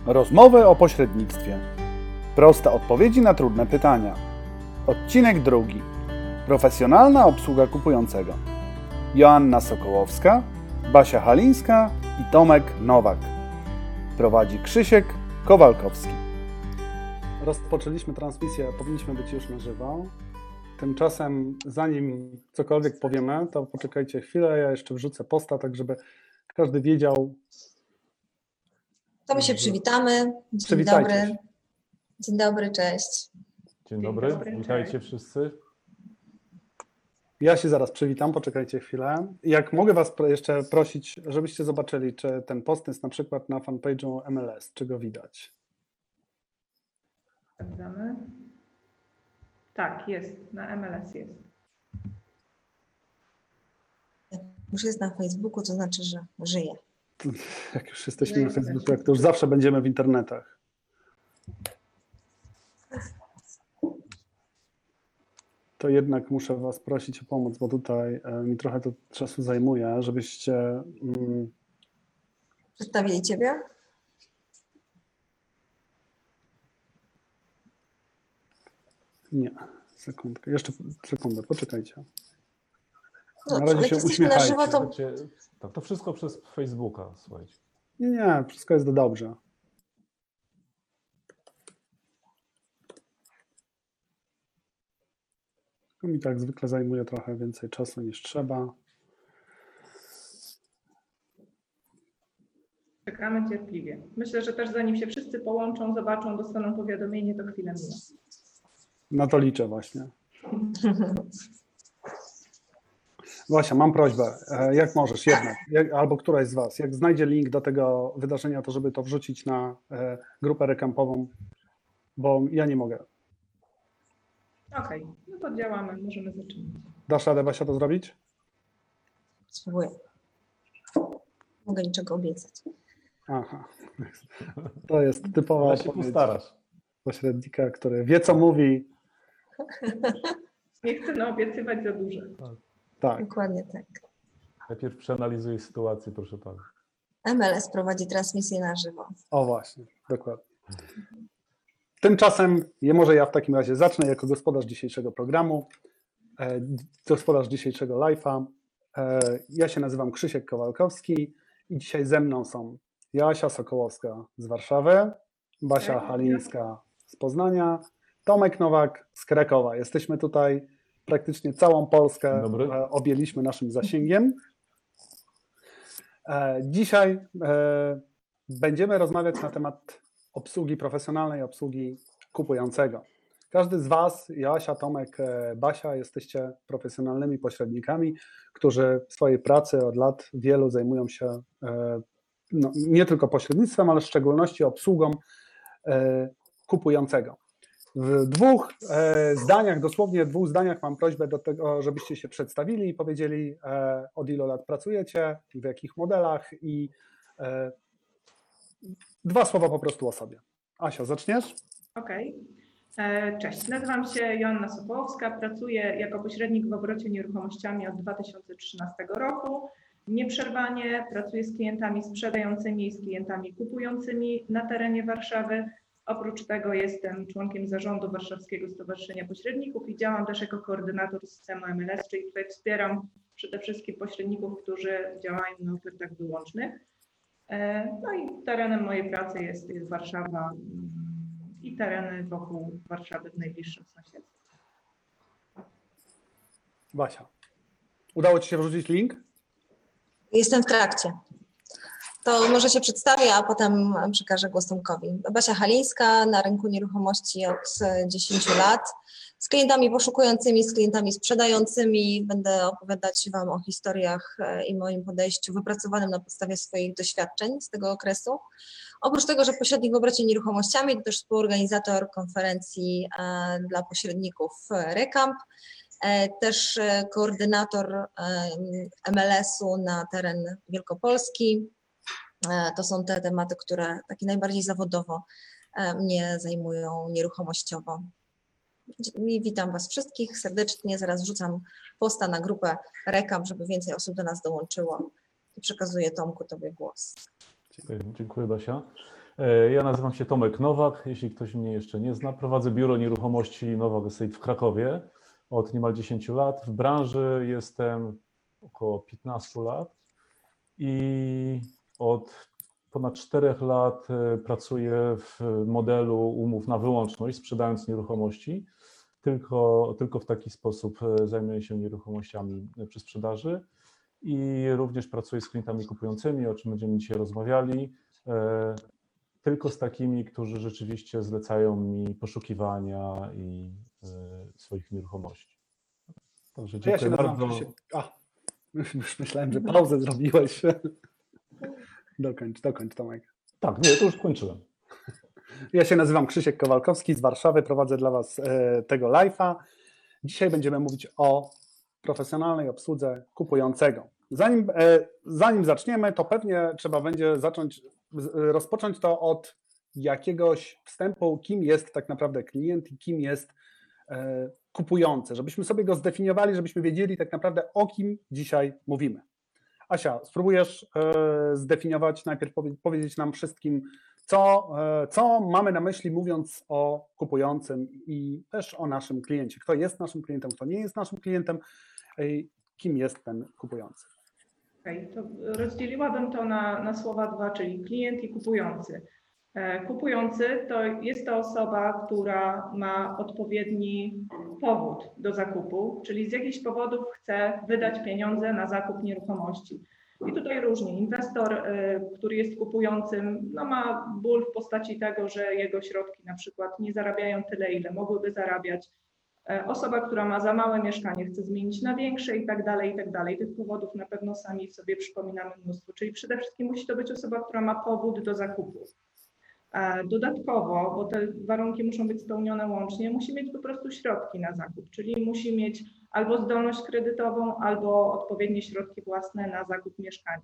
Rozmowy o pośrednictwie. Proste odpowiedzi na trudne pytania. Odcinek 2. Profesjonalna obsługa kupującego. Joanna Sokołowska, Basia Halińska i Tomek Nowak. Prowadzi Krzysiek Kowalkowski. Rozpoczęliśmy transmisję, powinniśmy być już na żywo. Tymczasem, zanim cokolwiek powiemy, to poczekajcie chwilę, ja jeszcze wrzucę posta, tak żeby każdy wiedział. To my się przywitamy. Dzień dobry. Dzień dobry, cześć. Dzień dobry, witajcie wszyscy. Ja się zaraz przywitam, poczekajcie chwilę. Jak mogę Was jeszcze prosić, żebyście zobaczyli, czy ten post jest na przykład na fanpage'u MLS, czy go widać. Sprawdzamy. Tak, jest, na MLS jest. Jak już jest na Facebooku, to znaczy, że żyje. Jak już jesteśmy na Facebooku, jak to już zawsze będziemy w internetach. To jednak muszę Was prosić o pomoc, bo tutaj mi trochę to czasu zajmuje, żebyście... Przedstawili Ciebie? Nie, sekundkę, jeszcze sekundę, poczekajcie. No, Na razie się uśmiechajcie. Na żywo, Tak, to wszystko przez Facebooka, słuchajcie. Nie, wszystko jest dobrze. To mi tak zwykle zajmuje trochę więcej czasu niż trzeba. Czekamy cierpliwie. Myślę, że też zanim się wszyscy połączą, zobaczą, dostaną powiadomienie, to chwilę minie. Na to liczę właśnie. Basia, mam prośbę, jak możesz jednak, albo któraś z Was, jak znajdzie link do tego wydarzenia, to żeby to wrzucić na grupę rekampową, bo ja nie mogę. Okej, no to działamy, możemy zaczynać. Dasz radę, Basia, to zrobić? spróbuję. Mogę niczego obiecać. Aha, to jest typowa Ale się postarasz. pośrednika, który wie, co mówi. Nie chcę naobiecywać za dużo. Tak. Dokładnie tak. Najpierw przeanalizuję sytuację, proszę pana. MLS prowadzi transmisję na żywo. O właśnie, dokładnie. Tymczasem, może ja w takim razie zacznę jako gospodarz dzisiejszego programu, gospodarz dzisiejszego live'a. Ja się nazywam Krzysiek Kowalkowski i dzisiaj ze mną są Joasia Sokołowska z Warszawy, Basia Halińska z Poznania, Tomek Nowak z Krakowa. Jesteśmy tutaj praktycznie całą Polskę, objęliśmy naszym zasięgiem. Dzisiaj będziemy rozmawiać na temat obsługi profesjonalnej, obsługi kupującego. Każdy z Was, Joasia, Tomek, Basia, jesteście profesjonalnymi pośrednikami, którzy w swojej pracy od lat wielu zajmują się nie tylko pośrednictwem, ale w szczególności obsługą kupującego. W dwóch zdaniach, dosłownie w dwóch zdaniach mam prośbę do tego, żebyście się przedstawili i powiedzieli, od ilu lat pracujecie, w jakich modelach i 2 słowa po prostu o sobie. Asia, zaczniesz? Okej. Cześć, nazywam się Joanna Sokołowska, pracuję jako pośrednik w obrocie nieruchomościami od 2013 roku. Nieprzerwanie pracuję z klientami sprzedającymi i z klientami kupującymi na terenie Warszawy. Oprócz tego jestem członkiem zarządu Warszawskiego Stowarzyszenia Pośredników i działam też jako koordynator systemu MLS, czyli tutaj wspieram przede wszystkim pośredników, którzy działają na ofertach wyłącznych. No i terenem mojej pracy jest Warszawa i tereny wokół Warszawy w najbliższym sąsiedztwie. Basia, udało Ci się wrzucić link? Jestem w trakcie. To może się przedstawię, a potem przekażę głos Tomkowi. Basia Halińska, na rynku nieruchomości od 10 lat. Z klientami poszukującymi, z klientami sprzedającymi. Będę opowiadać Wam o historiach i moim podejściu wypracowanym na podstawie swoich doświadczeń z tego okresu. Oprócz tego, że pośrednik w obrocie nieruchomościami, to też współorganizator konferencji dla pośredników Recamp, też koordynator MLS-u na teren Wielkopolski. To są te tematy, które takie najbardziej zawodowo mnie zajmują nieruchomościowo. I witam Was wszystkich serdecznie. Zaraz wrzucam posta na grupę Recamp, żeby więcej osób do nas dołączyło. I przekazuję Tomku Tobie głos. Dziękuję Basia. Ja nazywam się Tomek Nowak, jeśli ktoś mnie jeszcze nie zna. Prowadzę biuro nieruchomości Nowak Estate w Krakowie od niemal 10 lat. W branży jestem około 15 lat i od ponad 4 lat pracuję w modelu umów na wyłączność, sprzedając nieruchomości. Tylko w taki sposób zajmuję się nieruchomościami przy sprzedaży i również pracuję z klientami kupującymi, o czym będziemy dzisiaj rozmawiali. Tylko z takimi, którzy rzeczywiście zlecają mi poszukiwania i swoich nieruchomości. Także Ja się dziękuję nazywam bardzo. Krzysiek. Już myślałem, że pauzę zrobiłeś. Dokończ, Tomek. Tak, nie, to już kończyłem. Ja się nazywam Krzysiek Kowalkowski z Warszawy, prowadzę dla Was tego live'a. Dzisiaj będziemy mówić o profesjonalnej obsłudze kupującego. Zanim zaczniemy, to pewnie trzeba będzie rozpocząć to od jakiegoś wstępu, kim jest tak naprawdę klient i kim jest kupujący, żebyśmy sobie go zdefiniowali, żebyśmy wiedzieli tak naprawdę, o kim dzisiaj mówimy. Asia, spróbujesz zdefiniować, najpierw powiedzieć nam wszystkim, co mamy na myśli, mówiąc o kupującym i też o naszym kliencie. Kto jest naszym klientem, kto nie jest naszym klientem, kim jest ten kupujący. Okej, to rozdzieliłabym to na słowa dwa, czyli klient i kupujący. Kupujący to jest to osoba, która ma odpowiedni powód do zakupu, czyli z jakichś powodów chce wydać pieniądze na zakup nieruchomości. I tutaj różnie. Inwestor, który jest kupującym, ma ból w postaci tego, że jego środki na przykład nie zarabiają tyle, ile mogłyby zarabiać. Osoba, która ma za małe mieszkanie, chce zmienić na większe i tak dalej, i tak dalej. Tych powodów na pewno sami sobie przypominamy mnóstwo. Czyli przede wszystkim musi to być osoba, która ma powód do zakupu. Dodatkowo, bo te warunki muszą być spełnione łącznie, musi mieć po prostu środki na zakup, czyli musi mieć albo zdolność kredytową, albo odpowiednie środki własne na zakup mieszkania.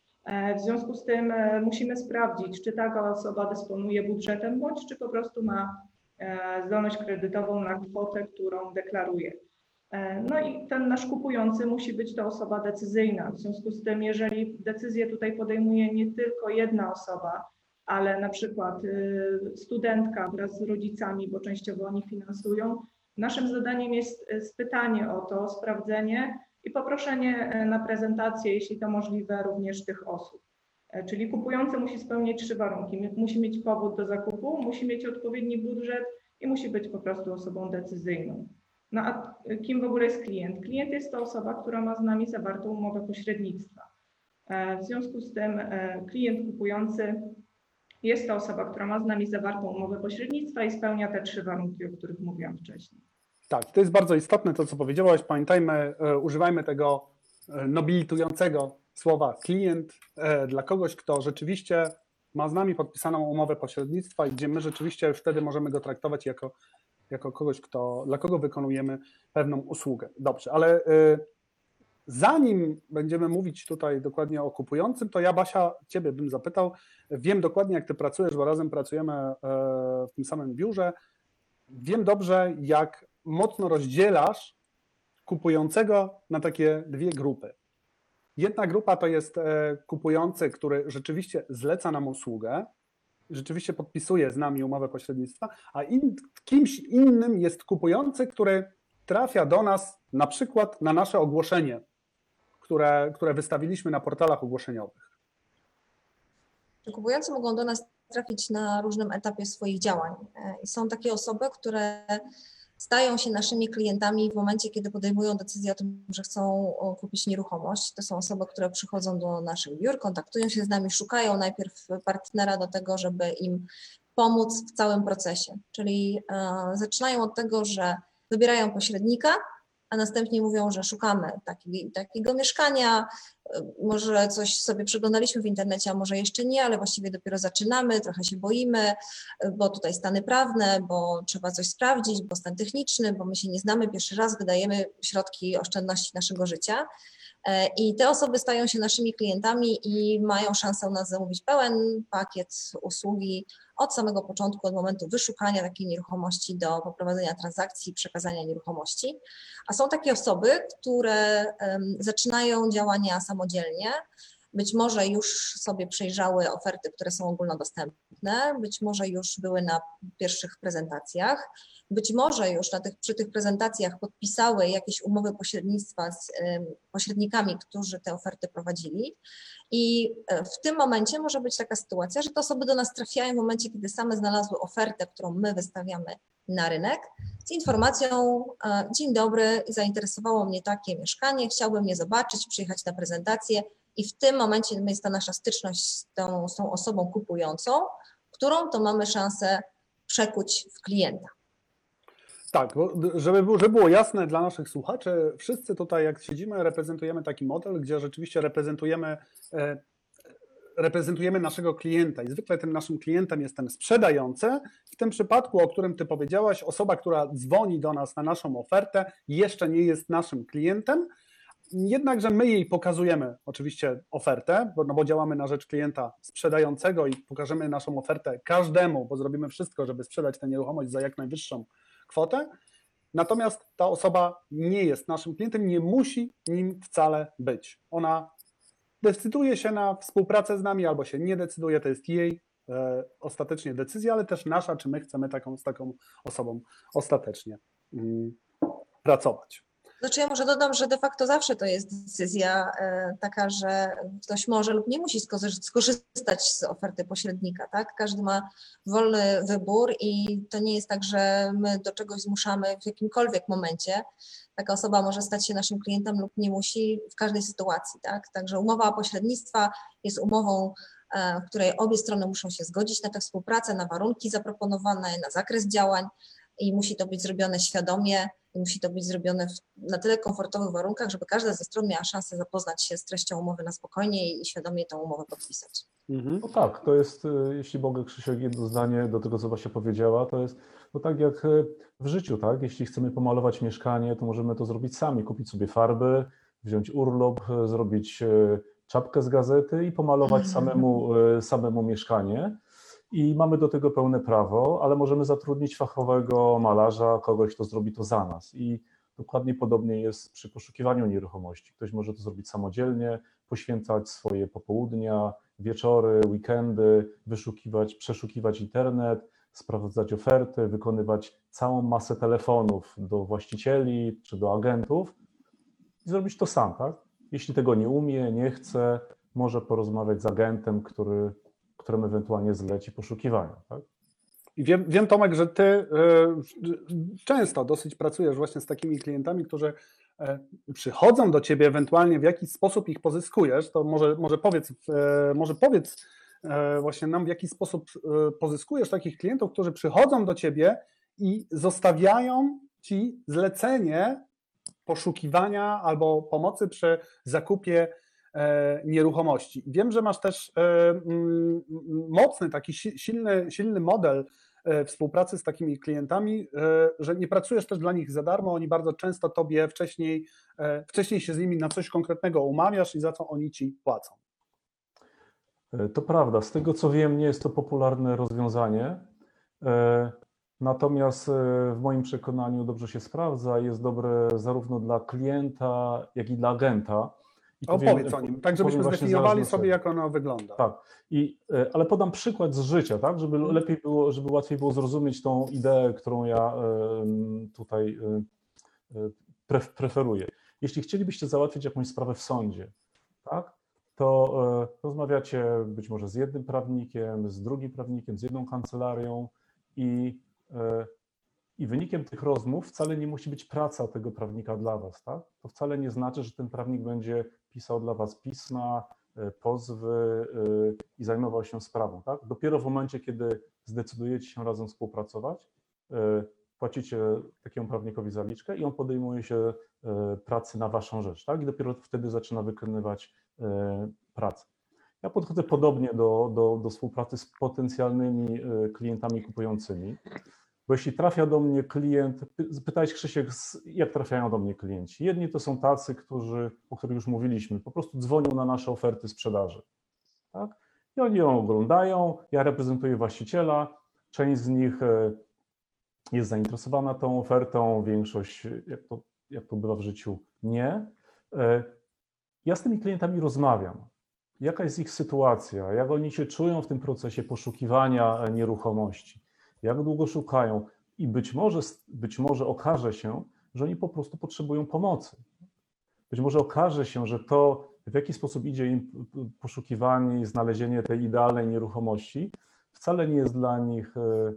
W związku z tym musimy sprawdzić, czy taka osoba dysponuje budżetem, bądź czy po prostu ma zdolność kredytową na kwotę, którą deklaruje. No i ten nasz kupujący musi być to osoba decyzyjna. W związku z tym, jeżeli decyzję tutaj podejmuje nie tylko jedna osoba, ale na przykład studentka wraz z rodzicami, bo częściowo oni finansują, naszym zadaniem jest spytanie o to, sprawdzenie i poproszenie na prezentację, jeśli to możliwe, również tych osób. Czyli kupujący musi spełnić 3 warunki. Musi mieć powód do zakupu, musi mieć odpowiedni budżet i musi być po prostu osobą decyzyjną. No a kim w ogóle jest klient? Klient jest to osoba, która ma z nami zawartą umowę pośrednictwa. W związku z tym klient kupujący jest to osoba, która ma z nami zawartą umowę pośrednictwa i spełnia te 3 warunki, o których mówiłam wcześniej. Tak, to jest bardzo istotne to, co powiedziałaś. Pamiętajmy, używajmy tego nobilitującego słowa klient dla kogoś, kto rzeczywiście ma z nami podpisaną umowę pośrednictwa i gdzie my rzeczywiście wtedy możemy go traktować jako kogoś, dla kogo wykonujemy pewną usługę. Dobrze, ale zanim będziemy mówić tutaj dokładnie o kupującym, to ja, Basia, Ciebie bym zapytał. Wiem dokładnie, jak Ty pracujesz, bo razem pracujemy w tym samym biurze. Wiem dobrze, jak mocno rozdzielasz kupującego na takie 2 grupy. Jedna grupa to jest kupujący, który rzeczywiście zleca nam usługę, rzeczywiście podpisuje z nami umowę pośrednictwa, a kimś innym jest kupujący, który trafia do nas na przykład na nasze ogłoszenie, które wystawiliśmy na portalach ogłoszeniowych. Kupujący mogą do nas trafić na różnym etapie swoich działań. I są takie osoby, które stają się naszymi klientami w momencie, kiedy podejmują decyzję o tym, że chcą kupić nieruchomość. To są osoby, które przychodzą do naszych biur, kontaktują się z nami, szukają najpierw partnera do tego, żeby im pomóc w całym procesie. Czyli zaczynają od tego, że wybierają pośrednika, a następnie mówią, że szukamy takiego mieszkania, może coś sobie przeglądaliśmy w internecie, a może jeszcze nie, ale właściwie dopiero zaczynamy, trochę się boimy, bo tutaj stany prawne, bo trzeba coś sprawdzić, bo stan techniczny, bo my się nie znamy, pierwszy raz wydajemy środki oszczędności naszego życia. I te osoby stają się naszymi klientami i mają szansę u nas zamówić pełen pakiet usługi od samego początku, od momentu wyszukania takiej nieruchomości do poprowadzenia transakcji, przekazania nieruchomości. A są takie osoby, które zaczynają działania samodzielnie, być może już sobie przejrzały oferty, które są ogólnodostępne, być może już były na pierwszych prezentacjach, być może już przy tych prezentacjach podpisały jakieś umowy pośrednictwa z pośrednikami, którzy te oferty prowadzili. I w tym momencie może być taka sytuacja, że te osoby do nas trafiają w momencie, kiedy same znalazły ofertę, którą my wystawiamy na rynek, z informacją: dzień dobry, zainteresowało mnie takie mieszkanie, chciałbym je zobaczyć, przyjechać na prezentację. I w tym momencie jest ta nasza styczność z tą osobą kupującą, którą to mamy szansę przekuć w klienta. Tak, bo żeby było jasne dla naszych słuchaczy, wszyscy tutaj jak siedzimy, reprezentujemy taki model, gdzie rzeczywiście reprezentujemy naszego klienta i zwykle tym naszym klientem jest ten sprzedający. W tym przypadku, o którym Ty powiedziałaś, osoba, która dzwoni do nas na naszą ofertę, jeszcze nie jest naszym klientem, jednakże my jej pokazujemy oczywiście ofertę, bo działamy na rzecz klienta sprzedającego i pokażemy naszą ofertę każdemu, bo zrobimy wszystko, żeby sprzedać tę nieruchomość za jak najwyższą kwotę. Natomiast ta osoba nie jest naszym klientem, nie musi nim wcale być. Ona decyduje się na współpracę z nami albo się nie decyduje, to jest jej ostatecznie decyzja, ale też nasza, czy my chcemy z taką osobą ostatecznie pracować. Znaczy ja może dodam, że de facto zawsze to jest decyzja taka, że ktoś może lub nie musi skorzystać z oferty pośrednika, tak? Każdy ma wolny wybór i to nie jest tak, że my do czegoś zmuszamy w jakimkolwiek momencie. Taka osoba może stać się naszym klientem lub nie musi w każdej sytuacji, tak? Także umowa pośrednictwa jest umową, w której obie strony muszą się zgodzić na tę współpracę, na warunki zaproponowane, na zakres działań i musi to być zrobione świadomie. I musi to być zrobione na tyle komfortowych warunkach, żeby każda ze stron miała szansę zapoznać się z treścią umowy na spokojnie i świadomie tę umowę podpisać. No tak, to jest, jeśli mogę, Krzysiek, jedno zdanie do tego, co Basia powiedziała, to jest tak jak w życiu, tak? Jeśli chcemy pomalować mieszkanie, to możemy to zrobić sami, kupić sobie farby, wziąć urlop, zrobić czapkę z gazety i pomalować samemu mieszkanie. I mamy do tego pełne prawo, ale możemy zatrudnić fachowego malarza, kogoś, kto zrobi to za nas. I dokładnie podobnie jest przy poszukiwaniu nieruchomości. Ktoś może to zrobić samodzielnie, poświęcać swoje popołudnia, wieczory, weekendy, przeszukiwać internet, sprawdzać oferty, wykonywać całą masę telefonów do właścicieli czy do agentów i zrobić to sam, tak? Jeśli tego nie umie, nie chce, może porozmawiać z agentem, któremu ewentualnie zleci poszukiwania. Tak? I wiem, Tomek, że Ty często dosyć pracujesz właśnie z takimi klientami, którzy przychodzą do Ciebie, ewentualnie w jakiś sposób ich pozyskujesz, to może powiedz właśnie nam, w jaki sposób pozyskujesz takich klientów, którzy przychodzą do Ciebie i zostawiają Ci zlecenie poszukiwania albo pomocy przy zakupie nieruchomości. Wiem, że masz też mocny, taki silny model współpracy z takimi klientami, że nie pracujesz też dla nich za darmo, oni bardzo często Tobie wcześniej się z nimi na coś konkretnego umawiasz i za co oni Ci płacą. To prawda, z tego co wiem, nie jest to popularne rozwiązanie, natomiast w moim przekonaniu dobrze się sprawdza, jest dobre zarówno dla klienta, jak i dla agenta. Opowiedz o nim, tak żebyśmy zdefiniowali sobie, jak ono wygląda. Tak, ale podam przykład z życia, tak, żeby łatwiej było zrozumieć tą ideę, którą ja tutaj preferuję. Jeśli chcielibyście załatwić jakąś sprawę w sądzie, tak, to rozmawiacie być może z jednym prawnikiem, z drugim prawnikiem, z jedną kancelarią i wynikiem tych rozmów wcale nie musi być praca tego prawnika dla Was. Tak? To wcale nie znaczy, że ten prawnik będzie pisał dla Was pisma, pozwy i zajmował się sprawą. Tak? Dopiero w momencie, kiedy zdecydujecie się razem współpracować, płacicie takiemu prawnikowi zaliczkę i on podejmuje się pracy na Waszą rzecz. Tak? I dopiero wtedy zaczyna wykonywać pracę. Ja podchodzę podobnie do współpracy z potencjalnymi klientami kupującymi. Bo jeśli trafia do mnie klient, pytałeś, Krzysiek, jak trafiają do mnie klienci. Jedni to są tacy, o których już mówiliśmy, po prostu dzwonią na nasze oferty sprzedaży. Tak? I oni ją oglądają, ja reprezentuję właściciela, część z nich jest zainteresowana tą ofertą, większość, jak to bywa w życiu, nie. Ja z tymi klientami rozmawiam jaka jest ich sytuacja, jak oni się czują w tym procesie poszukiwania nieruchomości, jak długo szukają i być może okaże się, że oni po prostu potrzebują pomocy. Być może okaże się, że to, w jaki sposób idzie im poszukiwanie i znalezienie tej idealnej nieruchomości, wcale nie jest dla nich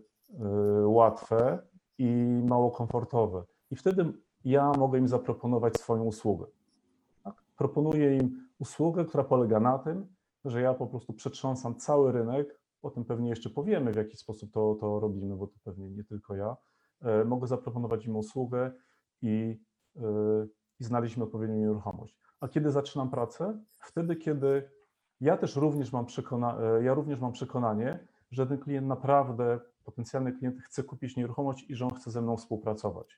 łatwe i mało komfortowe. I wtedy ja mogę im zaproponować swoją usługę. Tak? Proponuję im usługę, która polega na tym, że ja po prostu przetrząsam cały rynek, o tym pewnie jeszcze powiemy, w jaki sposób to robimy, bo to pewnie nie tylko ja. Mogę zaproponować im usługę i znaleźć im odpowiednią nieruchomość. A kiedy zaczynam pracę? Wtedy, kiedy ja również mam przekonanie, że ten klient naprawdę, potencjalny klient chce kupić nieruchomość i że on chce ze mną współpracować.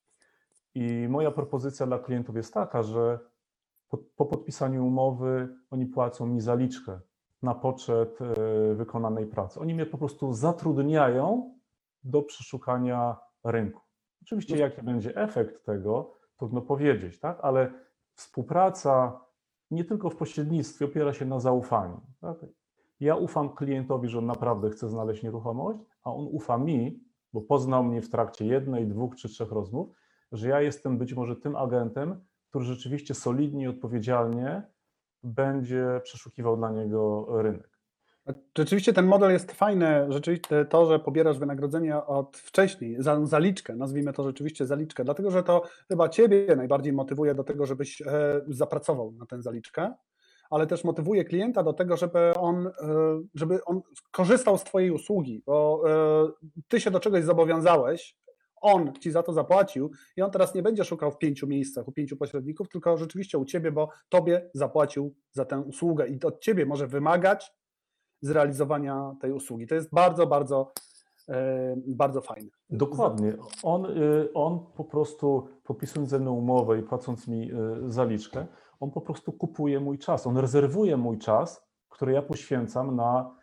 I moja propozycja dla klientów jest taka, że po podpisaniu umowy oni płacą mi zaliczkę na poczet wykonanej pracy. Oni mnie po prostu zatrudniają do przeszukania rynku. Oczywiście jaki będzie efekt tego, trudno powiedzieć, tak? Ale współpraca nie tylko w pośrednictwie opiera się na zaufaniu. Tak? Ja ufam klientowi, że on naprawdę chce znaleźć nieruchomość, a on ufa mi, bo poznał mnie w trakcie 1, 2 czy 3 rozmów, że ja jestem być może tym agentem, który rzeczywiście solidnie i odpowiedzialnie będzie przeszukiwał dla niego rynek. Rzeczywiście ten model jest fajny, rzeczywiście to, że pobierasz wynagrodzenie od wcześniej, zaliczkę, nazwijmy to rzeczywiście zaliczkę, dlatego że to chyba Ciebie najbardziej motywuje do tego, żebyś zapracował na tę zaliczkę, ale też motywuje klienta do tego, żeby on korzystał z Twojej usługi, bo Ty się do czegoś zobowiązałeś, on Ci za to zapłacił i on teraz nie będzie szukał w 5 miejscach, u 5 pośredników, tylko rzeczywiście u Ciebie, bo Tobie zapłacił za tę usługę i od Ciebie może wymagać zrealizowania tej usługi. To jest bardzo, bardzo, bardzo fajne. Dokładnie. On po prostu, podpisując ze mną umowę i płacąc mi zaliczkę, on po prostu kupuje mój czas, on rezerwuje mój czas, który ja poświęcam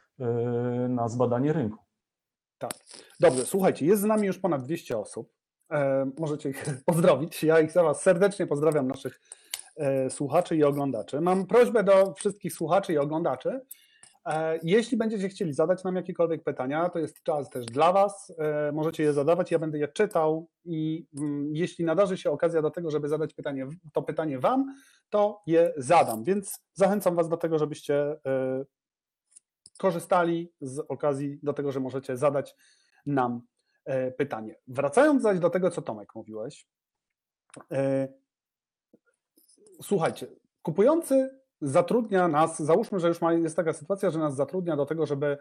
na zbadanie rynku. Tak. Dobrze, słuchajcie, jest z nami już ponad 200 osób. Możecie ich pozdrowić. Ja ich za Was serdecznie pozdrawiam, naszych słuchaczy i oglądaczy. Mam prośbę do wszystkich słuchaczy i oglądaczy. Jeśli będziecie chcieli zadać nam jakiekolwiek pytania, to jest czas też dla Was. Możecie je zadawać, ja będę je czytał i jeśli nadarzy się okazja do tego, żeby zadać pytanie Wam, to je zadam. Więc zachęcam Was do tego, żebyście korzystali z okazji do tego, że możecie zadać nam pytanie. Wracając zaś do tego, co Tomek mówiłeś. Słuchajcie, kupujący zatrudnia nas, załóżmy, że już jest taka sytuacja, że nas zatrudnia do tego, żeby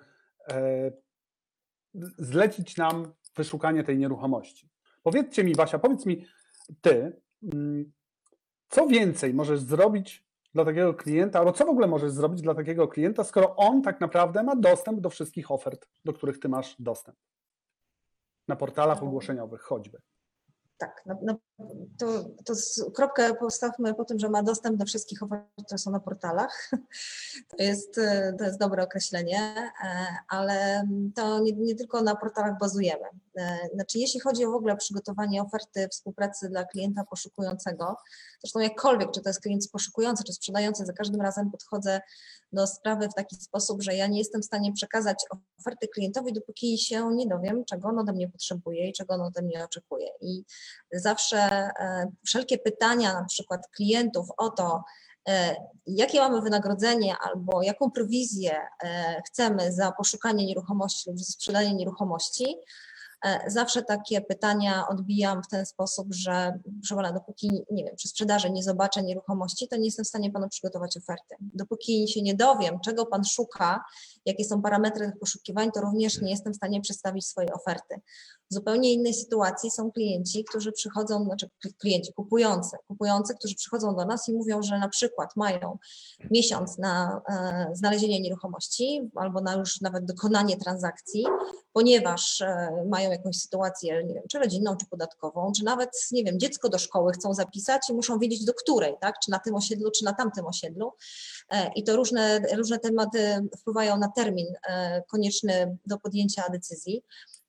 zlecić nam wyszukanie tej nieruchomości. Powiedzcie mi, Basia, powiedz mi Ty, co więcej możesz zrobić dla takiego klienta, albo co w ogóle możesz zrobić dla takiego klienta, skoro on tak naprawdę ma dostęp do wszystkich ofert, do których Ty masz dostęp? Na portalach ogłoszeniowych choćby. Tak, to kropkę postawmy po tym, że ma dostęp do wszystkich ofert, które są na portalach. To jest dobre określenie, ale to nie tylko na portalach bazujemy. Znaczy, jeśli chodzi o w ogóle przygotowanie oferty współpracy dla klienta poszukującego, zresztą jakkolwiek, czy to jest klient poszukujący, czy sprzedający, za każdym razem podchodzę do sprawy w taki sposób, że ja nie jestem w stanie przekazać oferty klientowi, dopóki się nie dowiem, czego on ode mnie potrzebuje i czego on ode mnie oczekuje. I zawsze wszelkie pytania na przykład klientów o to, jakie mamy wynagrodzenie albo jaką prowizję chcemy za poszukanie nieruchomości lub za sprzedanie nieruchomości, zawsze takie pytania odbijam w ten sposób, że proszę pana, dopóki, nie wiem, przy sprzedaży nie zobaczę nieruchomości, to nie jestem w stanie panu przygotować oferty. Dopóki się nie dowiem, czego pan szuka, jakie są parametry tych poszukiwań, to również nie jestem w stanie przedstawić swojej oferty. W zupełnie innej sytuacji są klienci, którzy przychodzą, znaczy klienci kupujący, którzy przychodzą do nas i mówią, że na przykład mają miesiąc na znalezienie nieruchomości albo na już nawet dokonanie transakcji, ponieważ mają jakąś sytuację, nie wiem, czy rodzinną, czy podatkową, czy nawet, nie wiem, dziecko do szkoły chcą zapisać i muszą wiedzieć do której, tak, czy na tym osiedlu, czy na tamtym osiedlu. I to różne tematy wpływają na termin konieczny do podjęcia decyzji.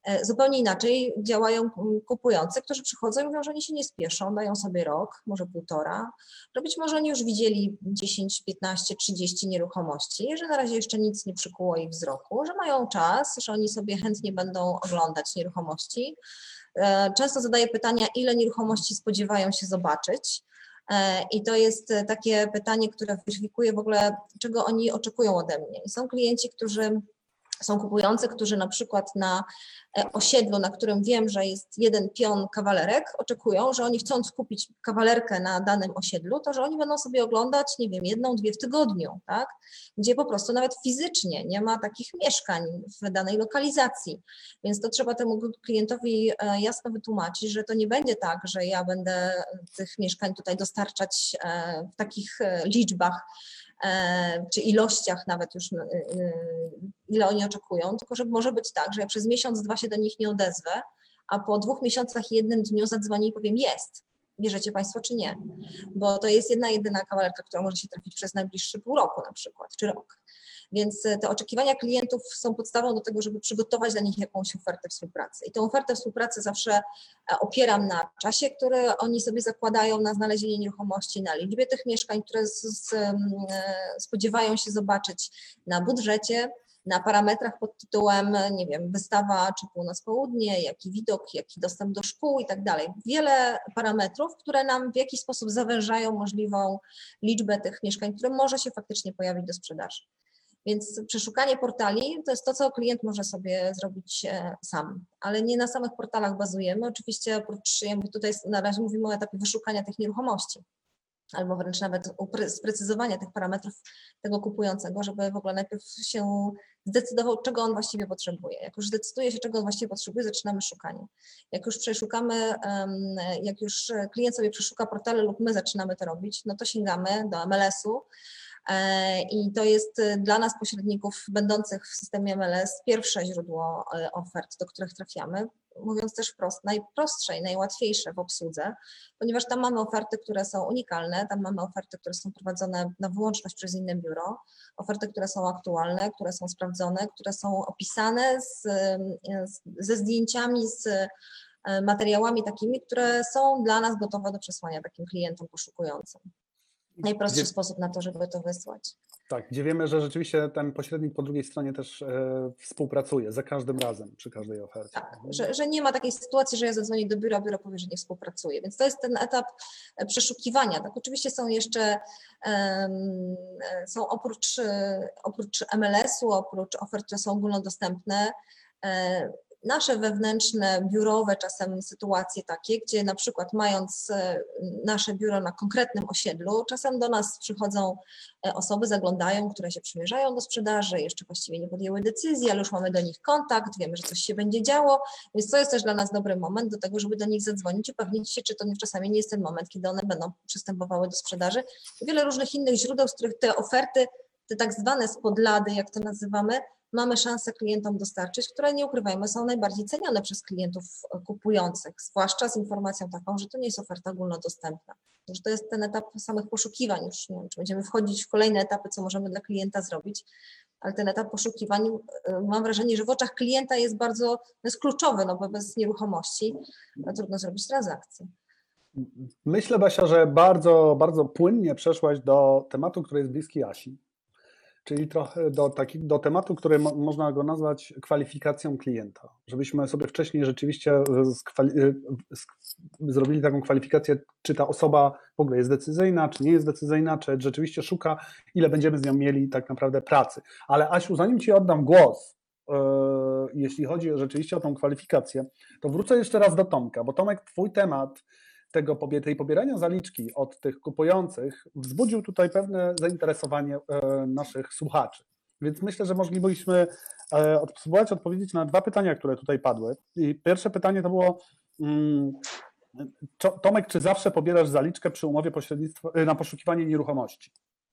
Zupełnie inaczej działają kupujący, którzy przychodzą i mówią, że oni się nie spieszą, dają sobie rok, może półtora, że być może oni już widzieli 10, 15, 30 nieruchomości, że na razie jeszcze nic nie przykuło ich wzroku, że mają czas, że oni sobie chętnie będą oglądać nieruchomości. Często zadaję pytania, ile nieruchomości spodziewają się zobaczyć. I to jest takie pytanie, które weryfikuje w ogóle, czego oni oczekują ode mnie. I są klienci, są kupujący, którzy na przykład na osiedlu, na którym wiem, że jest jeden pion kawalerek, oczekują, że oni chcąc kupić kawalerkę na danym osiedlu, to że oni będą sobie oglądać, nie wiem, jedną, dwie w tygodniu, tak? Gdzie po prostu nawet fizycznie nie ma takich mieszkań w danej lokalizacji. Więc to trzeba temu klientowi jasno wytłumaczyć, że to nie będzie tak, że ja będę tych mieszkań tutaj dostarczać w takich liczbach, czy ilościach nawet już, ile oni oczekują, tylko że może być tak, że ja przez miesiąc, dwa się do nich nie odezwę, a po 2 miesiącach i 1 dniu zadzwonię i powiem jest. Bierzecie Państwo czy nie? Bo to jest jedyna kawalerka, która może się trafić przez najbliższy pół roku na przykład, czy rok. Więc te oczekiwania klientów są podstawą do tego, żeby przygotować dla nich jakąś ofertę współpracy. I tę ofertę współpracy zawsze opieram na czasie, który oni sobie zakładają na znalezienie nieruchomości, na liczbie tych mieszkań, które spodziewają się zobaczyć, na budżecie, na parametrach pod tytułem, nie wiem, wystawa czy północ-południe, jaki widok, jaki dostęp do szkół i tak dalej. Wiele parametrów, które nam w jakiś sposób zawężają możliwą liczbę tych mieszkań, które może się faktycznie pojawić do sprzedaży. Więc przeszukanie portali to jest to, co klient może sobie zrobić sam, ale nie na samych portalach bazujemy. Oczywiście oprócz, jakby tutaj na razie mówimy o etapie wyszukania tych nieruchomości, albo wręcz nawet sprecyzowania tych parametrów tego kupującego, żeby w ogóle najpierw się zdecydował, czego on właściwie potrzebuje. Jak już zdecyduje się, czego on właściwie potrzebuje, zaczynamy szukanie. Jak już przeszukamy, jak już klient sobie przeszuka portale lub my zaczynamy to robić, no to sięgamy do MLS-u, i to jest dla nas pośredników będących w systemie MLS pierwsze źródło ofert, do których trafiamy, mówiąc też wprost, najprostsze i najłatwiejsze w obsłudze, ponieważ tam mamy oferty, które są unikalne, tam mamy oferty, które są prowadzone na wyłączność przez inne biuro, oferty, które są aktualne, które są sprawdzone, które są opisane ze zdjęciami, z materiałami takimi, które są dla nas gotowe do przesłania takim klientom poszukującym. Najprostszy sposób na to, żeby to wysłać. Tak, gdzie wiemy, że rzeczywiście ten pośrednik po drugiej stronie też współpracuje za każdym razem, przy każdej ofercie. Tak, że nie ma takiej sytuacji, że ja zadzwonię do biura, biuro powie, że nie współpracuje. Więc to jest ten etap przeszukiwania. Tak, oczywiście są jeszcze, są oprócz MLS-u, oprócz ofert, które są ogólnodostępne, nasze wewnętrzne, biurowe czasem sytuacje takie, gdzie na przykład mając nasze biuro na konkretnym osiedlu, czasem do nas przychodzą osoby, zaglądają, które się przymierzają do sprzedaży, jeszcze właściwie nie podjęły decyzji, ale już mamy do nich kontakt, wiemy, że coś się będzie działo, więc to jest też dla nas dobry moment do tego, żeby do nich zadzwonić, upewnić się, czy to czasami nie jest ten moment, kiedy one będą przystępowały do sprzedaży. I wiele różnych innych źródeł, z których te oferty, te tak zwane spodlady, jak to nazywamy, mamy szansę klientom dostarczyć, które, nie ukrywajmy, są najbardziej cenione przez klientów kupujących, zwłaszcza z informacją taką, że to nie jest oferta ogólnodostępna, że to jest ten etap samych poszukiwań. Już nie wiem, czy będziemy wchodzić w kolejne etapy, co możemy dla klienta zrobić, ale ten etap poszukiwań, mam wrażenie, że w oczach klienta jest jest kluczowy, no bo bez nieruchomości trudno zrobić transakcję. Myślę, Basia, że bardzo, bardzo płynnie przeszłaś do tematu, który jest bliski Asi. Czyli trochę do tematu, który można go nazwać kwalifikacją klienta. Żebyśmy sobie wcześniej rzeczywiście zrobili taką kwalifikację, czy ta osoba w ogóle jest decyzyjna, czy nie jest decyzyjna, czy rzeczywiście szuka, ile będziemy z nią mieli tak naprawdę pracy. Ale Asiu, zanim Ci oddam głos, jeśli chodzi rzeczywiście o tą kwalifikację, to wrócę jeszcze raz do Tomka, bo Tomek, Twój temat tej pobierania zaliczki od tych kupujących wzbudził tutaj pewne zainteresowanie naszych słuchaczy. Więc myślę, że moglibyśmy spróbować odpowiedzieć na 2 pytania, które tutaj padły. I pierwsze pytanie to było, Tomek, czy zawsze pobierasz zaliczkę przy umowie pośrednictwa na poszukiwanie nieruchomości?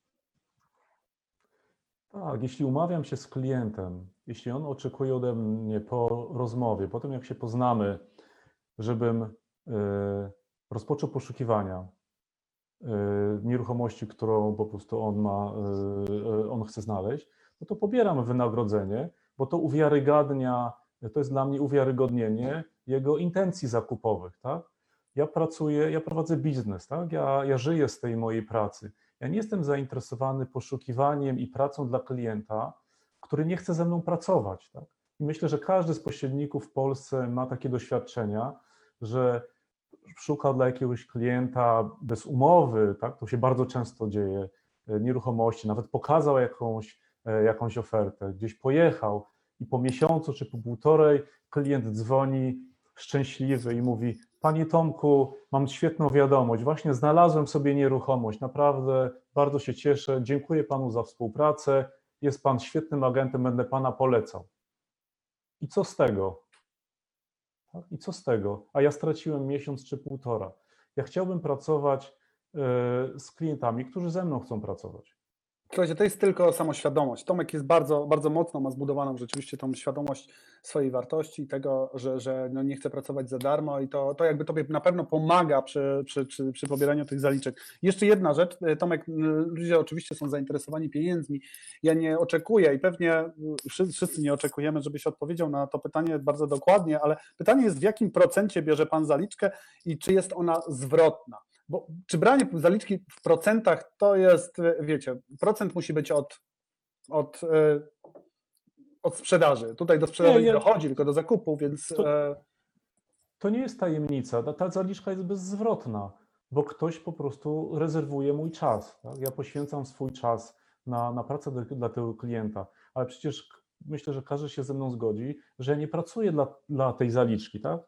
Tak, jeśli umawiam się z klientem, jeśli on oczekuje ode mnie po rozmowie, po tym jak się poznamy, żebym rozpoczął poszukiwania nieruchomości, którą po prostu on chce znaleźć, no to pobieram wynagrodzenie, bo to uwiarygadnia to jest dla mnie uwiarygodnienie jego intencji zakupowych, tak? Ja prowadzę biznes, tak? Ja żyję z tej mojej pracy. Ja nie jestem zainteresowany poszukiwaniem i pracą dla klienta, który nie chce ze mną pracować, tak? I myślę, że każdy z pośredników w Polsce ma takie doświadczenia, że szuka dla jakiegoś klienta bez umowy, tak? To się bardzo często dzieje, nieruchomości, nawet pokazał jakąś ofertę, gdzieś pojechał i po miesiącu czy po półtorej klient dzwoni szczęśliwy i mówi: Panie Tomku, mam świetną wiadomość, właśnie znalazłem sobie nieruchomość, naprawdę bardzo się cieszę, dziękuję Panu za współpracę, jest Pan świetnym agentem, będę Pana polecał. I co z tego? Tak? I co z tego? A ja straciłem miesiąc czy półtora. Ja chciałbym pracować z klientami, którzy ze mną chcą pracować. Słuchajcie, to jest tylko samoświadomość. Tomek jest bardzo, bardzo mocno, ma zbudowaną rzeczywiście tą świadomość swojej wartości, tego, że no nie chce pracować za darmo i to jakby tobie na pewno pomaga przy pobieraniu tych zaliczek. Jeszcze jedna rzecz, Tomek, ludzie oczywiście są zainteresowani pieniędzmi. Ja nie oczekuję i pewnie wszyscy nie oczekujemy, żebyś odpowiedział na to pytanie bardzo dokładnie, ale pytanie jest, w jakim procencie bierze Pan zaliczkę i czy jest ona zwrotna? Bo czy branie zaliczki w procentach to jest, wiecie, procent musi być od sprzedaży. Tutaj do sprzedaży nie dochodzi, tylko do zakupu, więc... To nie jest tajemnica. Ta zaliczka jest bezzwrotna, bo ktoś po prostu rezerwuje mój czas. Tak? Ja poświęcam swój czas na pracę dla tego klienta, ale przecież myślę, że każdy się ze mną zgodzi, że ja nie pracuję dla tej zaliczki, tak?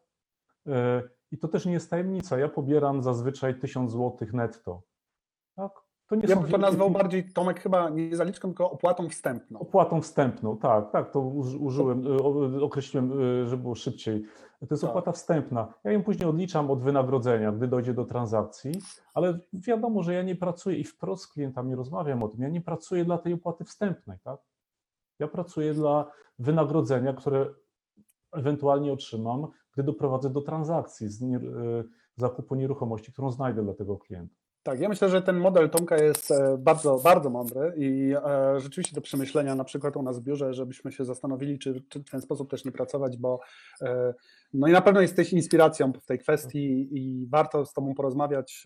I to też nie jest tajemnica. Ja pobieram zazwyczaj 1000 zł netto. Tak? To nie ja są bym to nazwał bardziej, Tomek, chyba nie zaliczką, tylko opłatą wstępną. Opłatą wstępną, tak, to użyłem, określiłem, żeby było szybciej. To jest opłata wstępna. Ja ją później odliczam od wynagrodzenia, gdy dojdzie do transakcji, ale wiadomo, że ja nie pracuję i wprost z klientami rozmawiam o tym, ja nie pracuję dla tej opłaty wstępnej, tak? Ja pracuję dla wynagrodzenia, które ewentualnie otrzymam, gdy doprowadzę do transakcji z zakupu nieruchomości, którą znajdę dla tego klienta. Tak, ja myślę, że ten model Tomka jest bardzo, bardzo mądry i rzeczywiście do przemyślenia na przykład u nas w biurze, żebyśmy się zastanowili, czy w ten sposób też nie pracować, bo no i na pewno jesteś inspiracją w tej kwestii i warto z Tobą porozmawiać,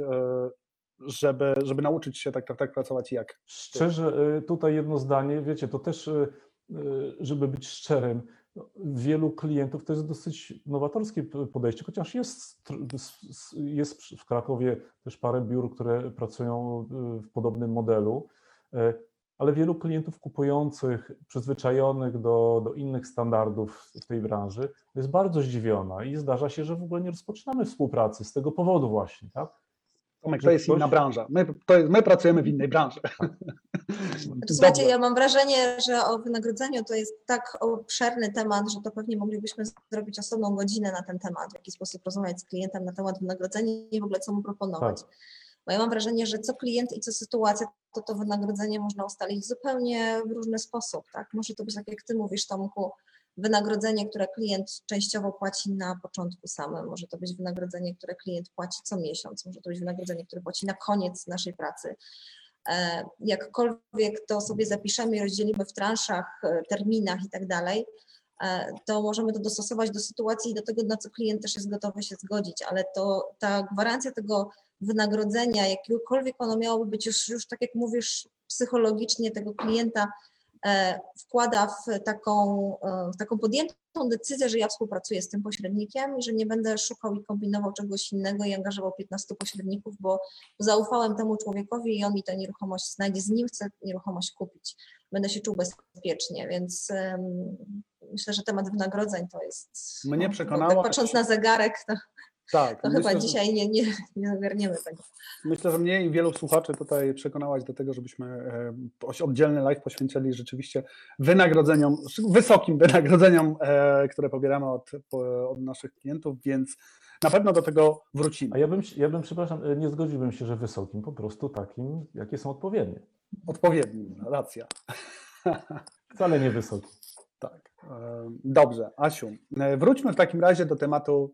żeby nauczyć się tak pracować jak. Szczerze, tutaj jedno zdanie, wiecie, to też, żeby być szczerym, wielu klientów to jest dosyć nowatorskie podejście, chociaż jest w Krakowie też parę biur, które pracują w podobnym modelu, ale wielu klientów kupujących, przyzwyczajonych do innych standardów w tej branży jest bardzo zdziwiona i zdarza się, że w ogóle nie rozpoczynamy współpracy z tego powodu właśnie, tak? Tomek, to jest inna branża. My pracujemy w innej branży. Słuchajcie, ja mam wrażenie, że o wynagrodzeniu to jest tak obszerny temat, że to pewnie moglibyśmy zrobić osobną godzinę na ten temat, w jaki sposób rozmawiać z klientem na temat wynagrodzenia i w ogóle co mu proponować. Tak. Bo ja mam wrażenie, że co klient i co sytuacja, to wynagrodzenie można ustalić zupełnie w różny sposób. Tak? Może to być tak, jak ty mówisz, Tomku, wynagrodzenie, które klient częściowo płaci na początku samym, może to być wynagrodzenie, które klient płaci co miesiąc, może to być wynagrodzenie, które płaci na koniec naszej pracy. Jakkolwiek to sobie zapiszemy i rozdzielimy w transzach, terminach i tak dalej, to możemy to dostosować do sytuacji i do tego, na co klient też jest gotowy się zgodzić, ale to ta gwarancja tego wynagrodzenia, jakiegokolwiek ono miałoby być już tak jak mówisz, psychologicznie tego klienta wkłada w taką podjętą decyzję, że ja współpracuję z tym pośrednikiem i że nie będę szukał i kombinował czegoś innego i angażował 15 pośredników, bo zaufałem temu człowiekowi i on mi tę nieruchomość znajdzie, z nim chcę nieruchomość kupić. Będę się czuł bezpiecznie, więc myślę, że temat wynagrodzeń to jest, mnie przekonałaś, tak patrząc na zegarek, to myślę, chyba dzisiaj nie ogarniemy tego. Myślę, że mnie i wielu słuchaczy tutaj przekonałaś do tego, żebyśmy oddzielny live poświęcili rzeczywiście wynagrodzeniom, wysokim wynagrodzeniom, które pobieramy od naszych klientów, więc na pewno do tego wrócimy. A ja bym, przepraszam, nie zgodziłbym się, że wysokim, po prostu takim, jakie są odpowiednie. Odpowiednim, racja. Wcale nie wysoki. Tak. Dobrze, Asiu, wróćmy w takim razie do tematu,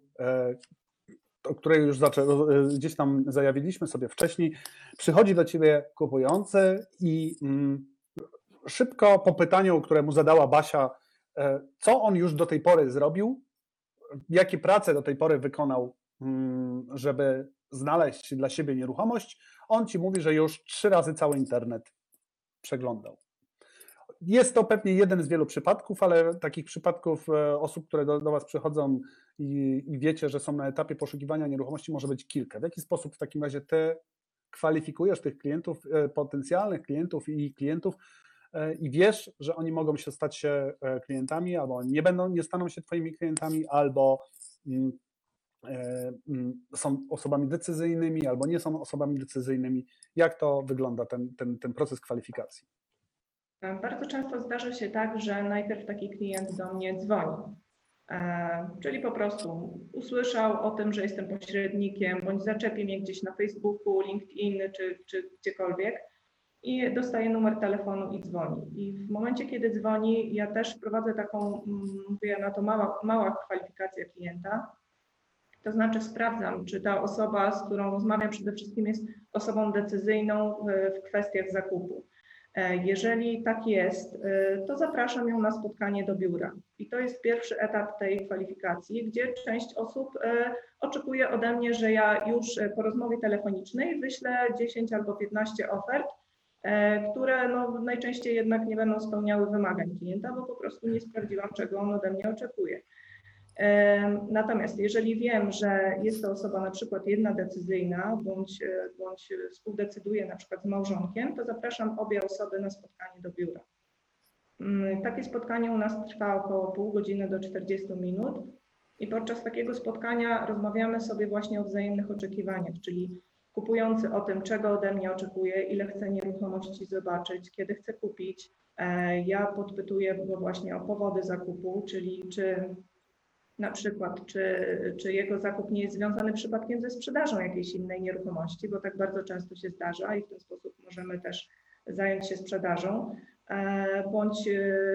o której już gdzieś tam zajawiliśmy sobie wcześniej. Przychodzi do Ciebie kupujący i szybko po pytaniu, które mu zadała Basia, co on już do tej pory zrobił, jakie prace do tej pory wykonał, żeby znaleźć dla siebie nieruchomość. On ci mówi, że już 3 razy cały internet przeglądał. Jest to pewnie jeden z wielu przypadków, ale takich przypadków osób, które do Was przychodzą i wiecie, że są na etapie poszukiwania nieruchomości, może być kilka. W jaki sposób w takim razie Ty kwalifikujesz tych klientów, potencjalnych klientów i klientów i wiesz, że oni mogą się stać się klientami, albo nie staną się Twoimi klientami, albo są osobami decyzyjnymi, albo nie są osobami decyzyjnymi. Jak to wygląda ten proces kwalifikacji? Bardzo często zdarza się tak, że najpierw taki klient do mnie dzwoni, czyli po prostu usłyszał o tym, że jestem pośrednikiem, bądź zaczepi mnie gdzieś na Facebooku, LinkedIn czy gdziekolwiek i dostaje numer telefonu i dzwoni. I w momencie, kiedy dzwoni, ja też prowadzę taką, mówię na to mała kwalifikacja klienta, to znaczy sprawdzam, czy ta osoba, z którą rozmawiam, przede wszystkim jest osobą decyzyjną w kwestiach zakupu. Jeżeli tak jest, to zapraszam ją na spotkanie do biura. I to jest pierwszy etap tej kwalifikacji, gdzie część osób oczekuje ode mnie, że ja już po rozmowie telefonicznej wyślę 10 albo 15 ofert, które najczęściej jednak nie będą spełniały wymagań klienta, bo po prostu nie sprawdziłam, czego on ode mnie oczekuje. Natomiast jeżeli wiem, że jest to osoba na przykład jedna decyzyjna, bądź współdecyduje na przykład z małżonkiem, to zapraszam obie osoby na spotkanie do biura. Takie spotkanie u nas trwa około pół godziny do 40 minut i podczas takiego spotkania rozmawiamy sobie właśnie o wzajemnych oczekiwaniach, czyli kupujący o tym, czego ode mnie oczekuje, ile chce nieruchomości zobaczyć, kiedy chce kupić. Ja podpytuję go właśnie o powody zakupu, czyli na przykład, czy jego zakup nie jest związany przypadkiem ze sprzedażą jakiejś innej nieruchomości, bo tak bardzo często się zdarza i w ten sposób możemy też zająć się sprzedażą, bądź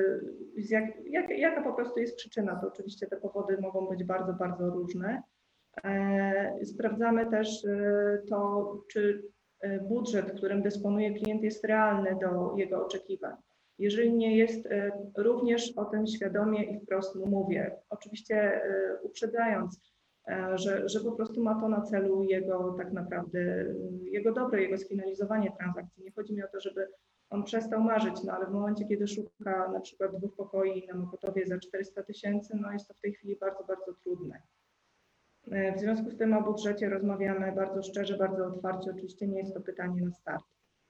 jaka po prostu jest przyczyna, to oczywiście te powody mogą być bardzo, bardzo różne. Sprawdzamy też to, czy budżet, którym dysponuje klient, jest realny do jego oczekiwań. Jeżeli nie jest, również o tym świadomie i wprost mu mówię, oczywiście uprzedzając, że po prostu ma to na celu jego tak naprawdę, jego dobro, jego sfinalizowanie transakcji. Nie chodzi mi o to, żeby on przestał marzyć, ale w momencie, kiedy szuka na przykład 2 pokoi na Mokotowie za 400 000, jest to w tej chwili bardzo, bardzo trudne. W związku z tym o budżecie rozmawiamy bardzo szczerze, bardzo otwarcie, oczywiście nie jest to pytanie na start.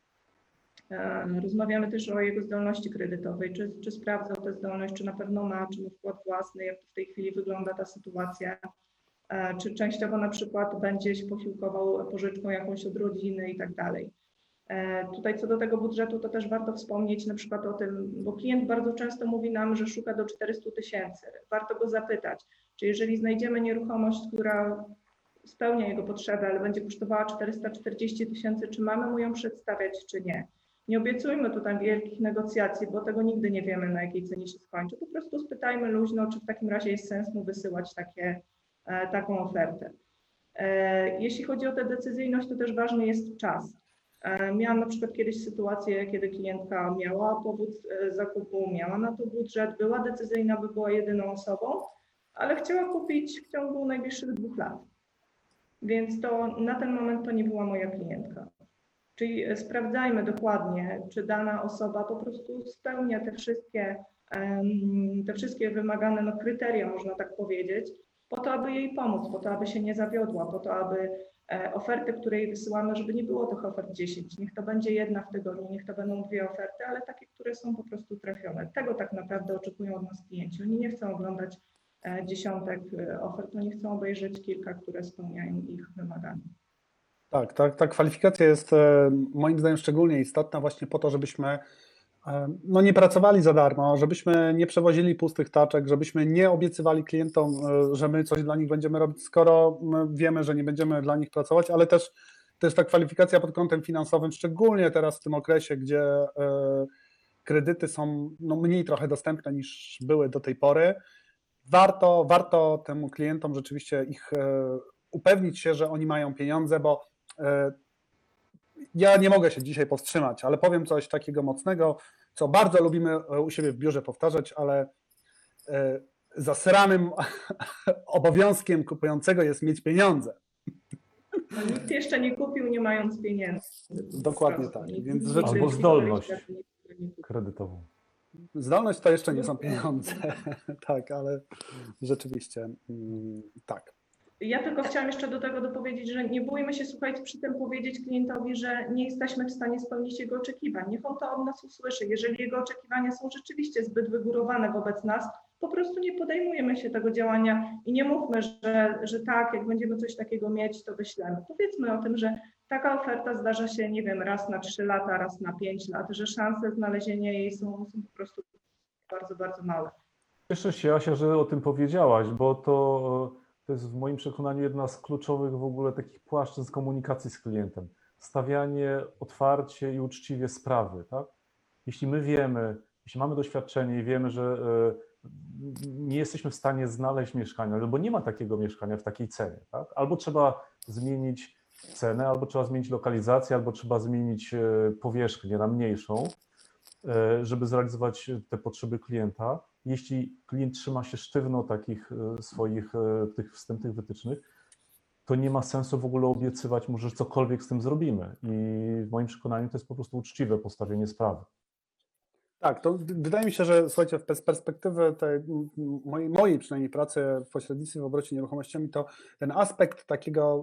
Rozmawiamy też o jego zdolności kredytowej, czy sprawdzał tę zdolność, czy na pewno ma, czy ma wkład własny, jak w tej chwili wygląda ta sytuacja, czy częściowo na przykład będzie się posiłkował pożyczką jakąś od rodziny i tak dalej. Tutaj co do tego budżetu, to też warto wspomnieć na przykład o tym, bo klient bardzo często mówi nam, że szuka do 400 000. Warto go zapytać, czy jeżeli znajdziemy nieruchomość, która spełnia jego potrzeby, ale będzie kosztowała 440 000, czy mamy mu ją przedstawiać, czy nie. Nie obiecujmy tutaj wielkich negocjacji, bo tego nigdy nie wiemy, na jakiej cenie się skończy. Po prostu spytajmy luźno, czy w takim razie jest sens mu wysyłać taką ofertę. Jeśli chodzi o tę decyzyjność, to też ważny jest czas. Miałam na przykład kiedyś sytuację, kiedy klientka miała powód zakupu, miała na to budżet, była decyzyjna, by była jedyną osobą, ale chciała kupić w ciągu najbliższych 2 lat. Więc to na ten moment to nie była moja klientka. Czyli sprawdzajmy dokładnie, czy dana osoba po prostu spełnia te wszystkie wymagane kryteria, można tak powiedzieć, po to, aby jej pomóc, po to, aby się nie zawiodła, po to, aby oferty, które jej wysyłamy, żeby nie było tych ofert 10, niech to będzie 1 w tygodniu, niech to będą 2 oferty, ale takie, które są po prostu trafione. Tego tak naprawdę oczekują od nas klienci. Oni nie chcą oglądać dziesiątek ofert, oni chcą obejrzeć kilka, które spełniają ich wymagania. Tak, ta kwalifikacja jest moim zdaniem szczególnie istotna właśnie po to, żebyśmy nie pracowali za darmo, żebyśmy nie przewozili pustych taczek, żebyśmy nie obiecywali klientom, że my coś dla nich będziemy robić, skoro wiemy, że nie będziemy dla nich pracować, ale też ta kwalifikacja pod kątem finansowym, szczególnie teraz w tym okresie, gdzie kredyty są mniej trochę dostępne niż były do tej pory, warto temu klientom rzeczywiście ich upewnić się, że oni mają pieniądze, bo ja nie mogę się dzisiaj powstrzymać, ale powiem coś takiego mocnego, co bardzo lubimy u siebie w biurze powtarzać, ale zasranym obowiązkiem kupującego jest mieć pieniądze. No, nikt jeszcze nie kupił, nie mając pieniędzy. Dokładnie tak. Więc rzeczywiście Albo zdolność kredytową. zdolność to jeszcze nie są pieniądze, tak, ale rzeczywiście tak. Ja tylko chciałam jeszcze do tego dopowiedzieć, że nie bójmy się, słuchajcie, przy tym powiedzieć klientowi, że nie jesteśmy w stanie spełnić jego oczekiwań. Niech on to od nas usłyszy. Jeżeli jego oczekiwania są rzeczywiście zbyt wygórowane wobec nas, po prostu nie podejmujemy się tego działania i nie mówmy, że tak, jak będziemy coś takiego mieć, to wyślemy. Powiedzmy o tym, że taka oferta zdarza się, nie wiem, raz na 3 lata, raz na 5 lat, że szanse znalezienia jej są po prostu bardzo, bardzo małe. Cieszę się, Asia, że o tym powiedziałaś, bo to jest w moim przekonaniu jedna z kluczowych w ogóle takich płaszczyzn komunikacji z klientem. Stawianie otwarcie i uczciwie sprawy, tak? Jeśli my wiemy, jeśli mamy doświadczenie i wiemy, że nie jesteśmy w stanie znaleźć mieszkania, albo nie ma takiego mieszkania w takiej cenie, tak? Albo trzeba zmienić cenę, albo trzeba zmienić lokalizację, albo trzeba zmienić powierzchnię na mniejszą, żeby zrealizować te potrzeby klienta. Jeśli klient trzyma się sztywno takich swoich tych wstępnych wytycznych, to nie ma sensu w ogóle obiecywać mu, że cokolwiek z tym zrobimy. I w moim przekonaniu to jest po prostu uczciwe postawienie sprawy. Tak, to wydaje mi się, że słuchajcie, z perspektywy tej mojej przynajmniej pracy w pośrednictwie w obrocie nieruchomościami, to ten aspekt takiego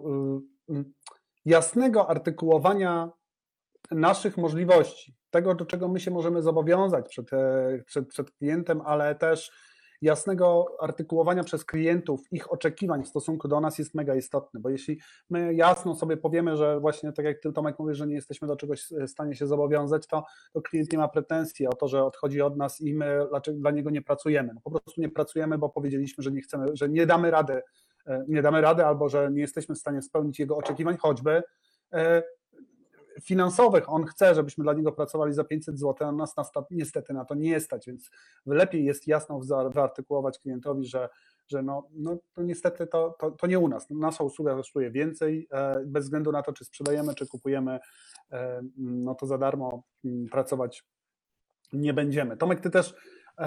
jasnego artykułowania naszych możliwości, tego, do czego my się możemy zobowiązać przed klientem, ale też jasnego artykułowania przez klientów ich oczekiwań w stosunku do nas jest mega istotny, bo jeśli my jasno sobie powiemy, że właśnie tak jak ty, Tomek, mówisz, że nie jesteśmy do czegoś w stanie się zobowiązać, to klient nie ma pretensji o to, że odchodzi od nas i my dla niego nie pracujemy. No, po prostu nie pracujemy, bo powiedzieliśmy, że nie chcemy, że nie damy rady albo że nie jesteśmy w stanie spełnić jego oczekiwań, choćby finansowych. On chce, żebyśmy dla niego pracowali za 500 zł, a nas niestety na to nie stać, więc lepiej jest jasno wyartykułować klientowi, że no to niestety to nie u nas. Nasza usługa kosztuje więcej, bez względu na to, czy sprzedajemy, czy kupujemy, no to za darmo pracować nie będziemy. Tomek, ty też,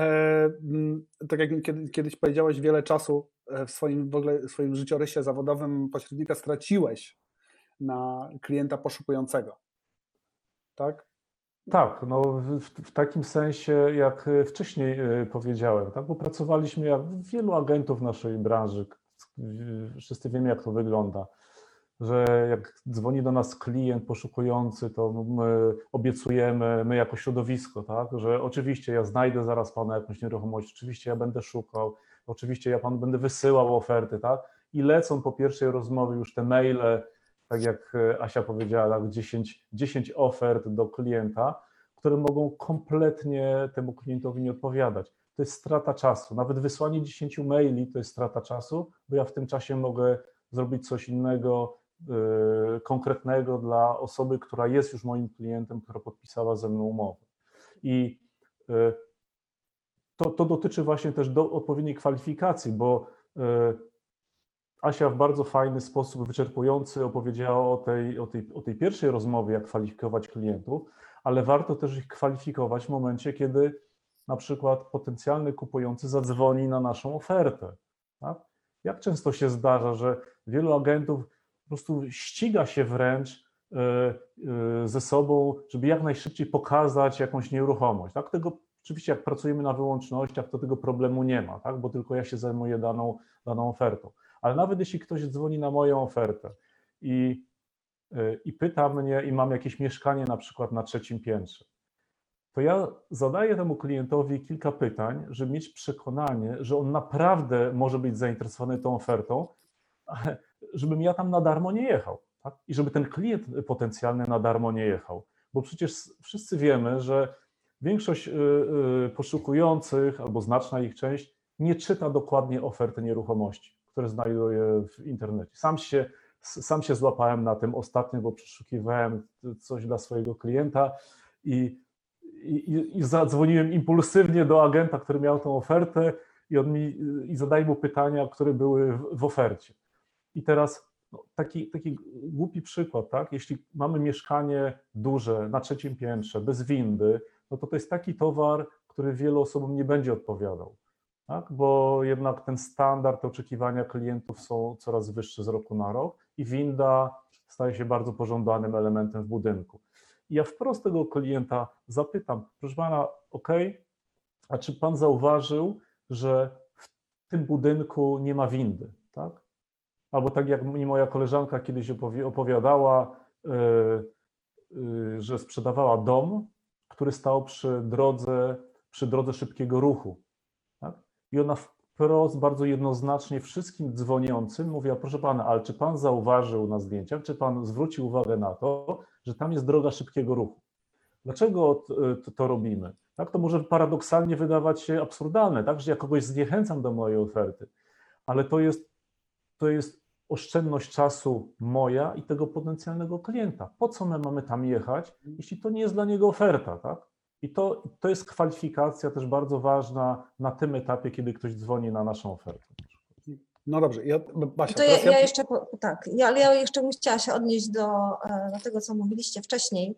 tak jak kiedyś powiedziałeś, wiele czasu w swoim życiorysie zawodowym pośrednika straciłeś na klienta poszukującego, tak? Tak, no w takim sensie, jak wcześniej powiedziałem, tak, bo pracowaliśmy jak wielu agentów w naszej branży, wszyscy wiemy, jak to wygląda, że jak dzwoni do nas klient poszukujący, to my obiecujemy, my jako środowisko, tak, że oczywiście ja znajdę zaraz Pana jakąś nieruchomość, oczywiście ja będę szukał, oczywiście ja Panu będę wysyłał oferty, tak, i lecą po pierwszej rozmowie już te maile, tak jak Asia powiedziała, tak, 10 ofert do klienta, które mogą kompletnie temu klientowi nie odpowiadać. To jest strata czasu. Nawet wysłanie 10 maili to jest strata czasu, bo ja w tym czasie mogę zrobić coś innego, konkretnego dla osoby, która jest już moim klientem, która podpisała ze mną umowę. I to dotyczy właśnie też odpowiedniej kwalifikacji, bo Asia w bardzo fajny sposób, wyczerpujący opowiedziała o tej pierwszej rozmowie, jak kwalifikować klientów, ale warto też ich kwalifikować w momencie, kiedy na przykład potencjalny kupujący zadzwoni na naszą ofertę. Tak? Jak często się zdarza, że wielu agentów po prostu ściga się wręcz ze sobą, żeby jak najszybciej pokazać jakąś nieruchomość. Tak? Tego, oczywiście jak pracujemy na wyłącznościach, to tego problemu nie ma, tak? Bo tylko ja się zajmuję daną ofertą. Ale nawet jeśli ktoś dzwoni na moją ofertę i pyta mnie i mam jakieś mieszkanie na przykład na 3. piętrze, to ja zadaję temu klientowi kilka pytań, żeby mieć przekonanie, że on naprawdę może być zainteresowany tą ofertą, żebym ja tam na darmo nie jechał, tak? I żeby ten klient potencjalny na darmo nie jechał. Bo przecież wszyscy wiemy, że większość poszukujących albo znaczna ich część nie czyta dokładnie oferty nieruchomości, które znajduję w internecie. Sam się złapałem na tym ostatnio, bo przeszukiwałem coś dla swojego klienta i zadzwoniłem impulsywnie do agenta, który miał tę ofertę i zadaję mu pytania, które były w ofercie. I teraz taki głupi przykład, tak? Jeśli mamy mieszkanie duże na 3. piętrze, bez windy, no to jest taki towar, który wielu osobom nie będzie odpowiadał. tak? Bo jednak ten standard, oczekiwania klientów są coraz wyższe z roku na rok i winda staje się bardzo pożądanym elementem w budynku. I ja wprost tego klienta zapytam, proszę pana, ok, a czy pan zauważył, że w tym budynku nie ma windy, tak? Albo tak jak mi moja koleżanka kiedyś opowiadała, że sprzedawała dom, który stał przy drodze szybkiego ruchu. Tak? I ona wprost, bardzo jednoznacznie wszystkim dzwoniącym mówiła, proszę pana, ale czy pan zauważył na zdjęciach, czy pan zwrócił uwagę na to, że tam jest droga szybkiego ruchu? Dlaczego to robimy? Tak? To może paradoksalnie wydawać się absurdalne, tak? Że ja kogoś zniechęcam do mojej oferty, ale to jest oszczędność czasu moja i tego potencjalnego klienta. Po co my mamy tam jechać, jeśli to nie jest dla niego oferta, tak? I to jest kwalifikacja też bardzo ważna na tym etapie, kiedy ktoś dzwoni na naszą ofertę. No dobrze, Basia, To ja jeszcze, tak, ale ja jeszcze bym chciała się odnieść do tego, co mówiliście wcześniej,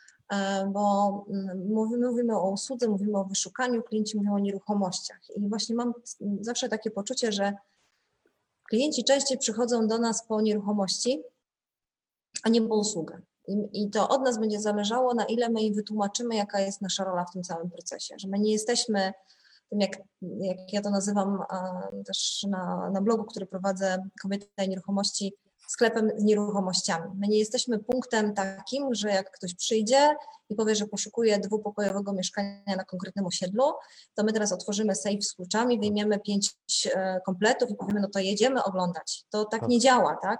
bo mówimy o usłudze, mówimy o wyszukaniu, klienci mówią o nieruchomościach i właśnie mam zawsze takie poczucie, że klienci częściej przychodzą do nas po nieruchomości, a nie po usługę. I to od nas będzie zależało, na ile my im wytłumaczymy, jaka jest nasza rola w tym całym procesie. Że my nie jesteśmy tym, jak ja to nazywam też na blogu, który prowadzę, Kobieta i Nieruchomości, sklepem z nieruchomościami. My nie jesteśmy punktem takim, że jak ktoś przyjdzie i powie, że poszukuje dwupokojowego mieszkania na konkretnym osiedlu, to my teraz otworzymy safe z kluczami, wyjmiemy 5 kompletów i powiemy, no to jedziemy oglądać. To tak nie działa, tak?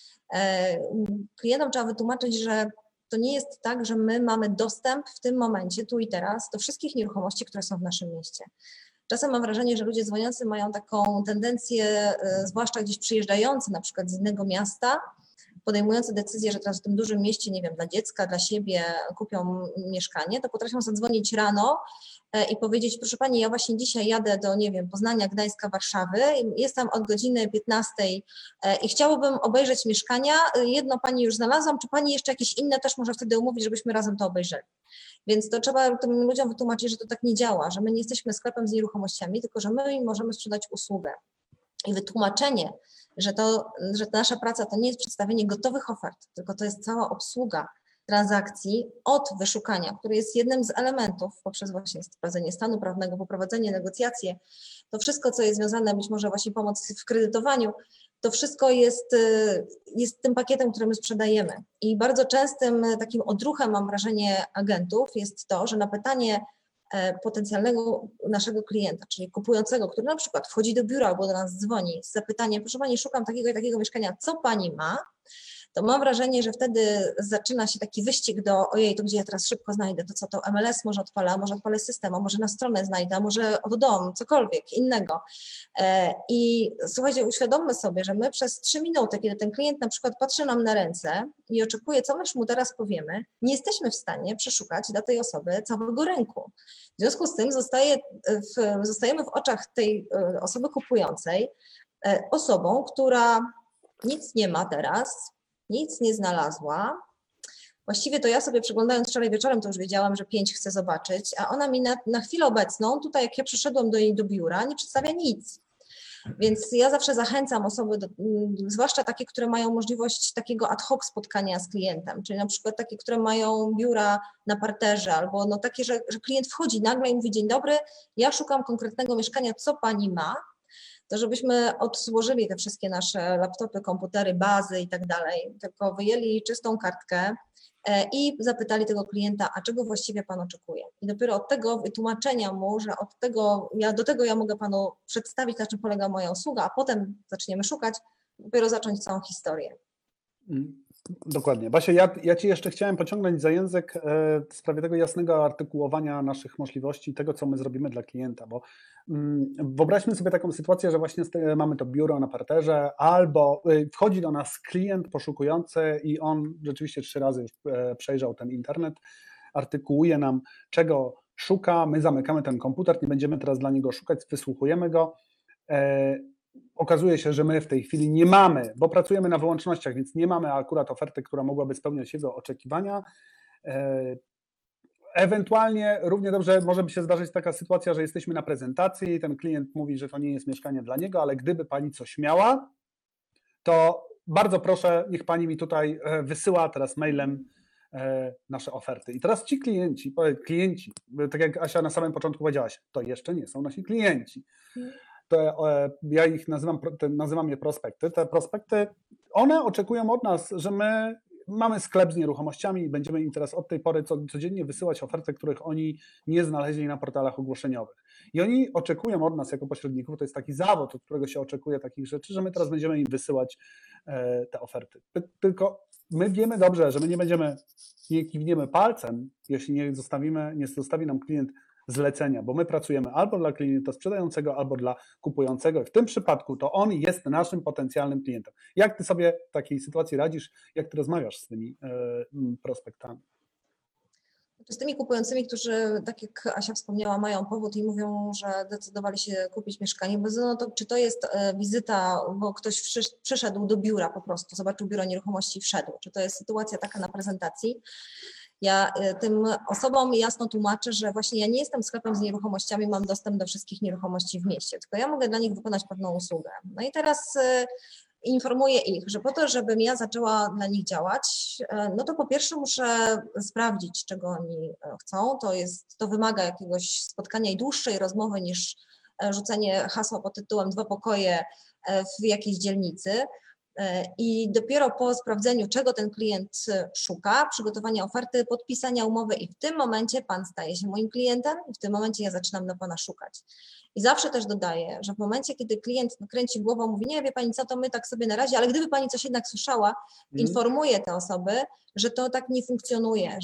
Klientom trzeba wytłumaczyć, że to nie jest tak, że my mamy dostęp w tym momencie, tu i teraz, do wszystkich nieruchomości, które są w naszym mieście. Czasem mam wrażenie, że ludzie dzwoniący mają taką tendencję, zwłaszcza gdzieś przyjeżdżający na przykład z innego miasta, podejmujący decyzję, że teraz w tym dużym mieście, nie wiem, dla dziecka, dla siebie kupią mieszkanie, to potrafią zadzwonić rano i powiedzieć, proszę pani, ja właśnie dzisiaj jadę do, nie wiem, Poznania, Gdańska, Warszawy, jestem od godziny 15 i chciałabym obejrzeć mieszkania, jedno pani już znalazłam, czy pani jeszcze jakieś inne też może wtedy umówić, żebyśmy razem to obejrzeli. Więc to trzeba tym ludziom wytłumaczyć, że to tak nie działa, że my nie jesteśmy sklepem z nieruchomościami, tylko że my im możemy sprzedać usługę. I wytłumaczenie, że nasza praca to nie jest przedstawienie gotowych ofert, tylko to jest cała obsługa transakcji od wyszukania, który jest jednym z elementów poprzez właśnie sprawdzenie stanu prawnego, poprowadzenie, negocjacje, to wszystko, co jest związane, być może właśnie pomoc w kredytowaniu, to wszystko jest tym pakietem, który my sprzedajemy. I bardzo częstym takim odruchem, mam wrażenie, agentów jest to, że na pytanie potencjalnego naszego klienta, czyli kupującego, który na przykład wchodzi do biura albo do nas dzwoni z zapytaniem, proszę pani, szukam takiego i takiego mieszkania, co pani ma? To mam wrażenie, że wtedy zaczyna się taki wyścig do ojej, to gdzie ja teraz szybko znajdę, to co to MLS może odpalę system, a może na stronę znajdę, a może od domu, cokolwiek innego. I słuchajcie, uświadommy sobie, że my przez 3 minuty, kiedy ten klient na przykład patrzy nam na ręce i oczekuje, co my mu teraz powiemy, nie jesteśmy w stanie przeszukać dla tej osoby całego rynku. W związku z tym zostajemy w oczach tej osoby kupującej osobą, która nic nie ma teraz, nic nie znalazła. Właściwie to ja sobie przeglądając wczoraj wieczorem, to już wiedziałam, że 5 chcę zobaczyć, a ona mi na chwilę obecną, tutaj jak ja przyszedłem do jej do biura, nie przedstawia nic. Więc ja zawsze zachęcam osoby, zwłaszcza takie, które mają możliwość takiego ad hoc spotkania z klientem, czyli na przykład takie, które mają biura na parterze, albo no takie, że klient wchodzi nagle i mówi, dzień dobry, ja szukam konkretnego mieszkania, co pani ma? To żebyśmy odłożyli te wszystkie nasze laptopy, komputery, bazy i tak dalej, tylko wyjęli czystą kartkę i zapytali tego klienta, a czego właściwie pan oczekuje. I dopiero od tego wytłumaczenia mu, że do tego ja mogę panu przedstawić, na czym polega moja usługa, a potem zaczniemy szukać, dopiero zacząć całą historię. Dokładnie. Basia, ja Ci jeszcze chciałem pociągnąć za język w sprawie tego jasnego artykułowania naszych możliwości, tego, co my zrobimy dla klienta, bo wyobraźmy sobie taką sytuację, że właśnie mamy to biuro na parterze, albo wchodzi do nas klient poszukujący i on rzeczywiście 3 razy już przejrzał ten internet, artykułuje nam, czego szuka, my zamykamy ten komputer, nie będziemy teraz dla niego szukać, wysłuchujemy go. Okazuje się, że my w tej chwili nie mamy, bo pracujemy na wyłącznościach, więc nie mamy akurat oferty, która mogłaby spełniać jego oczekiwania. Ewentualnie równie dobrze może się zdarzyć taka sytuacja, że jesteśmy na prezentacji i ten klient mówi, że to nie jest mieszkanie dla niego, ale gdyby pani coś miała, to bardzo proszę, niech pani mi tutaj wysyła teraz mailem nasze oferty. I teraz ci klienci, tak jak Asia na samym początku powiedziałaś, to jeszcze nie są nasi klienci. To ja ich nazywam je prospekty. Te prospekty, one oczekują od nas, że my mamy sklep z nieruchomościami i będziemy im teraz od tej pory codziennie wysyłać oferty, których oni nie znaleźli na portalach ogłoszeniowych. I oni oczekują od nas jako pośredników, to jest taki zawód, od którego się oczekuje takich rzeczy, że my teraz będziemy im wysyłać te oferty. Tylko my wiemy dobrze, że my nie kiwniemy palcem, jeśli nie zostawi nam klient zlecenia, bo my pracujemy albo dla klienta sprzedającego, albo dla kupującego. I w tym przypadku to on jest naszym potencjalnym klientem. Jak ty sobie w takiej sytuacji radzisz, jak ty rozmawiasz z tymi prospektami? Z tymi kupującymi, którzy, tak jak Asia wspomniała, mają powód i mówią, że decydowali się kupić mieszkanie, bez względu na to, czy to jest wizyta, bo ktoś przyszedł do biura po prostu, zobaczył biuro nieruchomości i wszedł, czy to jest sytuacja taka na prezentacji. Ja tym osobom jasno tłumaczę, że właśnie ja nie jestem sklepem z nieruchomościami, mam dostęp do wszystkich nieruchomości w mieście, tylko ja mogę dla nich wykonać pewną usługę. No i teraz informuję ich, że po to, żebym ja zaczęła dla nich działać, no to po pierwsze muszę sprawdzić, czego oni chcą. To wymaga jakiegoś spotkania i dłuższej rozmowy niż rzucenie hasła pod tytułem 2 pokoje w jakiejś dzielnicy. I dopiero po sprawdzeniu, czego ten klient szuka, przygotowania oferty, podpisania umowy i w tym momencie pan staje się moim klientem i w tym momencie ja zaczynam na pana szukać. I zawsze też dodaję, że w momencie, kiedy klient kręci głową, mówi, nie wie pani co, to my tak sobie na razie, ale gdyby pani coś jednak słyszała, informuję te osoby, że to tak nie funkcjonuje,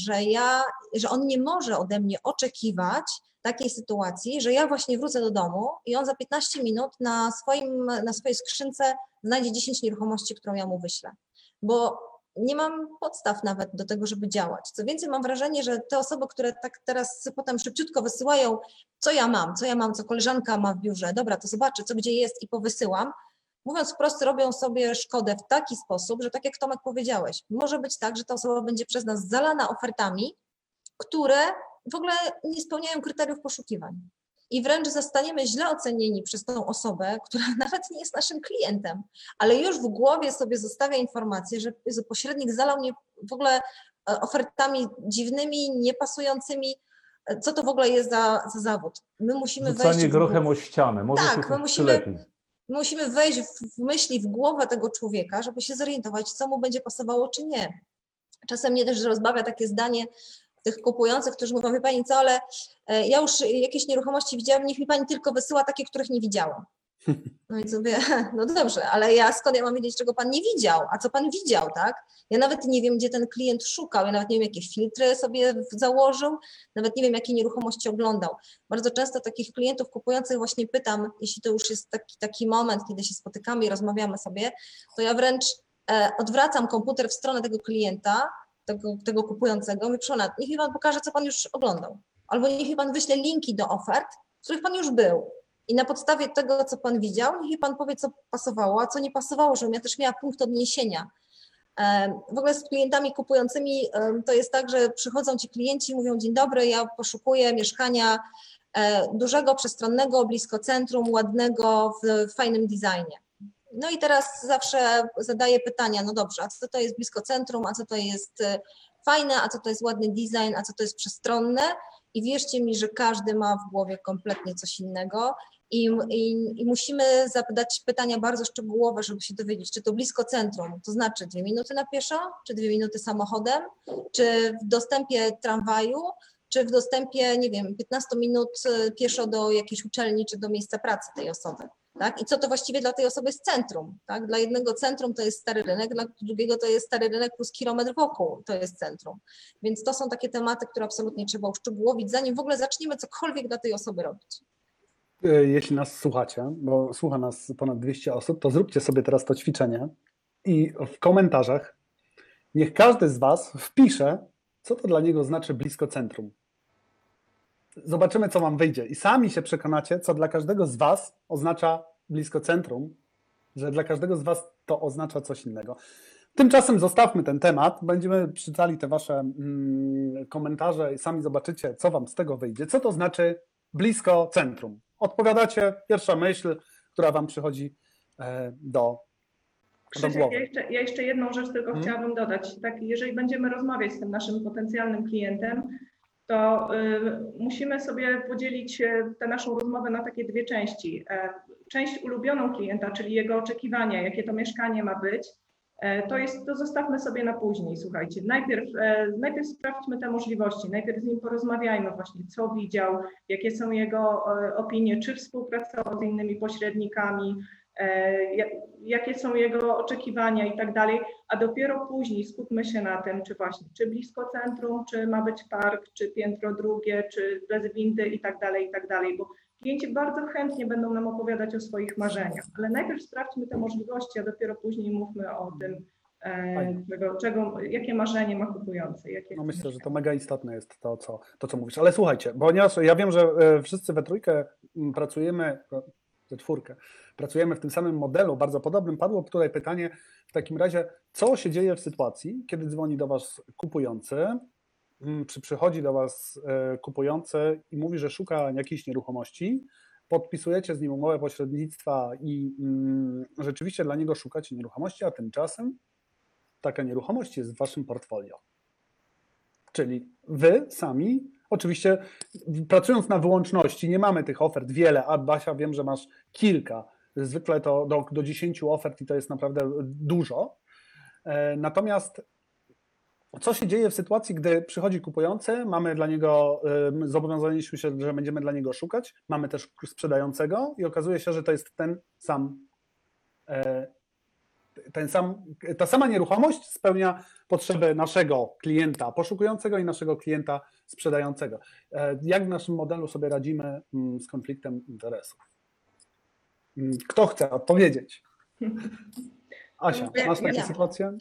że on nie może ode mnie oczekiwać takiej sytuacji, że ja właśnie wrócę do domu i on za 15 minut na swojej skrzynce znajdzie 10 nieruchomości, którą ja mu wyślę. Bo nie mam podstaw nawet do tego, żeby działać. Co więcej, mam wrażenie, że te osoby, które tak teraz potem szybciutko wysyłają, co ja mam, co koleżanka ma w biurze, dobra, to zobaczę, co gdzie jest i powysyłam, mówiąc wprost, robią sobie szkodę w taki sposób, że tak jak Tomek powiedziałeś, może być tak, że ta osoba będzie przez nas zalana ofertami, które w ogóle nie spełniają kryteriów poszukiwań. I wręcz zostaniemy źle ocenieni przez tą osobę, która nawet nie jest naszym klientem, ale już w głowie sobie zostawia informację, że pośrednik zalał mnie w ogóle ofertami dziwnymi, niepasującymi. Co to w ogóle jest za zawód? My musimy Rzucanie grochem o ścianę, może tak, się przylepi. Musimy wejść w myśli, w głowę tego człowieka, żeby się zorientować, co mu będzie pasowało, czy nie. Czasem mnie też rozbawia takie zdanie tych kupujących, którzy mówią, wie pani co, ale ja już jakieś nieruchomości widziałam, niech mi pani tylko wysyła takie, których nie widziałam. No i sobie, no dobrze, ale skąd ja mam wiedzieć, czego pan nie widział, a co pan widział, tak? Ja nawet nie wiem, gdzie ten klient szukał, ja nawet nie wiem, jakie filtry sobie założył, nawet nie wiem, jakie nieruchomości oglądał. Bardzo często takich klientów kupujących właśnie pytam, jeśli to już jest taki moment, kiedy się spotykamy i rozmawiamy sobie, to ja wręcz odwracam komputer w stronę tego klienta, tego kupującego, mówię, niech mi pan pokaże, co pan już oglądał. Albo niech mi pan wyśle linki do ofert, w których pan już był. I na podstawie tego, co pan widział, niech mi pan powie, co pasowało, a co nie pasowało, żebym ja też miała punkt odniesienia. W ogóle z klientami kupującymi to jest tak, że przychodzą ci klienci i mówią, dzień dobry, ja poszukuję mieszkania dużego, przestronnego, blisko centrum, ładnego, w fajnym designie. No i teraz zawsze zadaję pytania, no dobrze, a co to jest blisko centrum, a co to jest fajne, a co to jest ładny design, a co to jest przestronne i wierzcie mi, że każdy ma w głowie kompletnie coś innego i musimy zadać pytania bardzo szczegółowe, żeby się dowiedzieć, czy to blisko centrum, to znaczy 2 minuty na pieszo, czy 2 minuty samochodem, czy w dostępie tramwaju, czy w dostępie, nie wiem, 15 minut pieszo do jakiejś uczelni, czy do miejsca pracy tej osoby. Tak? I co to właściwie dla tej osoby jest centrum? Tak? Dla jednego centrum to jest stary rynek, dla drugiego to jest stary rynek plus kilometr wokół to jest centrum. Więc to są takie tematy, które absolutnie trzeba uszczegółowić, zanim w ogóle zaczniemy cokolwiek dla tej osoby robić. Jeśli nas słuchacie, bo słucha nas ponad 200 osób, to zróbcie sobie teraz to ćwiczenie i w komentarzach niech każdy z was wpisze, co to dla niego znaczy blisko centrum. Zobaczymy, co wam wyjdzie. I sami się przekonacie, co dla każdego z was oznacza blisko centrum, że dla każdego z was to oznacza coś innego. Tymczasem zostawmy ten temat, będziemy czytali te wasze komentarze i sami zobaczycie, co wam z tego wyjdzie. Co to znaczy blisko centrum? Odpowiadacie, pierwsza myśl, która wam przychodzi do Krzysiek, głowy. ja jeszcze jedną rzecz tylko chciałabym dodać. Tak, jeżeli będziemy rozmawiać z tym naszym potencjalnym klientem, to musimy sobie podzielić tę naszą rozmowę na takie dwie części. Część ulubioną klienta, czyli jego oczekiwania, jakie to mieszkanie ma być, to zostawmy sobie na później, słuchajcie. Najpierw sprawdźmy te możliwości, najpierw z nim porozmawiajmy właśnie, co widział, jakie są jego opinie, czy współpracował z innymi pośrednikami, jakie są jego oczekiwania i tak dalej, a dopiero później skupmy się na tym, czy blisko centrum, czy ma być park, czy piętro drugie, czy bez windy i tak dalej, bo klienci bardzo chętnie będą nam opowiadać o swoich marzeniach, ale najpierw sprawdźmy te możliwości, a dopiero później mówmy o tym, jakie marzenie ma kupujący. No myślę, że to mega istotne jest to, co mówisz. Ale słuchajcie, ponieważ ja wiem, że wszyscy we trójkę pracujemy, we czwórkę, pracujemy w tym samym modelu, bardzo podobnym. Padło tutaj pytanie w takim razie, co się dzieje w sytuacji, kiedy dzwoni do was kupujący, czy przychodzi do was kupujący i mówi, że szuka jakiejś nieruchomości, podpisujecie z nim umowę pośrednictwa i rzeczywiście dla niego szukacie nieruchomości, a tymczasem taka nieruchomość jest w waszym portfolio. Czyli wy sami, oczywiście pracując na wyłączności, nie mamy tych ofert wiele, a Basia, wiem, że masz kilka, zwykle to do 10 ofert i to jest naprawdę dużo. Natomiast co się dzieje w sytuacji, gdy przychodzi kupujący, mamy dla niego, zobowiązaliśmy się, że będziemy dla niego szukać, mamy też sprzedającego i okazuje się, że to jest ta sama nieruchomość spełnia potrzeby naszego klienta poszukującego i naszego klienta sprzedającego. Jak w naszym modelu sobie radzimy z konfliktem interesów? Kto chce odpowiedzieć? Asia, masz takie sytuacje?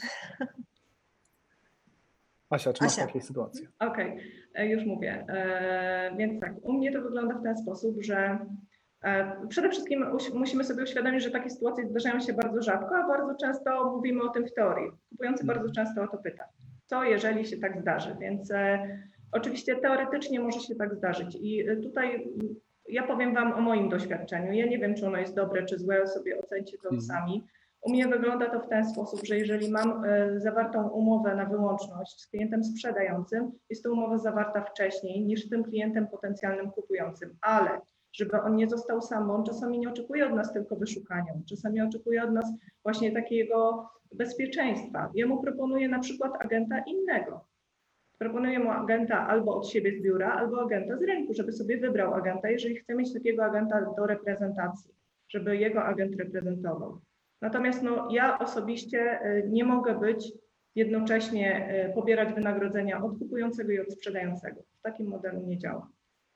Asia, czy masz takie sytuacje? Okej, już mówię. Więc tak, u mnie to wygląda w ten sposób, że przede wszystkim musimy sobie uświadomić, że takie sytuacje zdarzają się bardzo rzadko, a bardzo często mówimy o tym w teorii. Kupujący bardzo często o to pyta. Co jeżeli się tak zdarzy? Więc oczywiście teoretycznie może się tak zdarzyć i tutaj ja powiem wam o moim doświadczeniu. Ja nie wiem, czy ono jest dobre, czy złe, sobie ocencie to sami. U mnie wygląda to w ten sposób, że jeżeli mam zawartą umowę na wyłączność z klientem sprzedającym, jest to umowa zawarta wcześniej niż z tym klientem potencjalnym kupującym, ale żeby on nie został sam, bo on czasami nie oczekuje od nas tylko wyszukania, czasami oczekuje od nas właśnie takiego bezpieczeństwa. Ja mu proponuję na przykład agenta innego. Proponuję mu agenta albo od siebie z biura, albo agenta z rynku, żeby sobie wybrał agenta, jeżeli chce mieć takiego agenta do reprezentacji, żeby jego agent reprezentował. Natomiast ja osobiście nie mogę jednocześnie pobierać wynagrodzenia od kupującego i od sprzedającego. W takim modelu nie działa.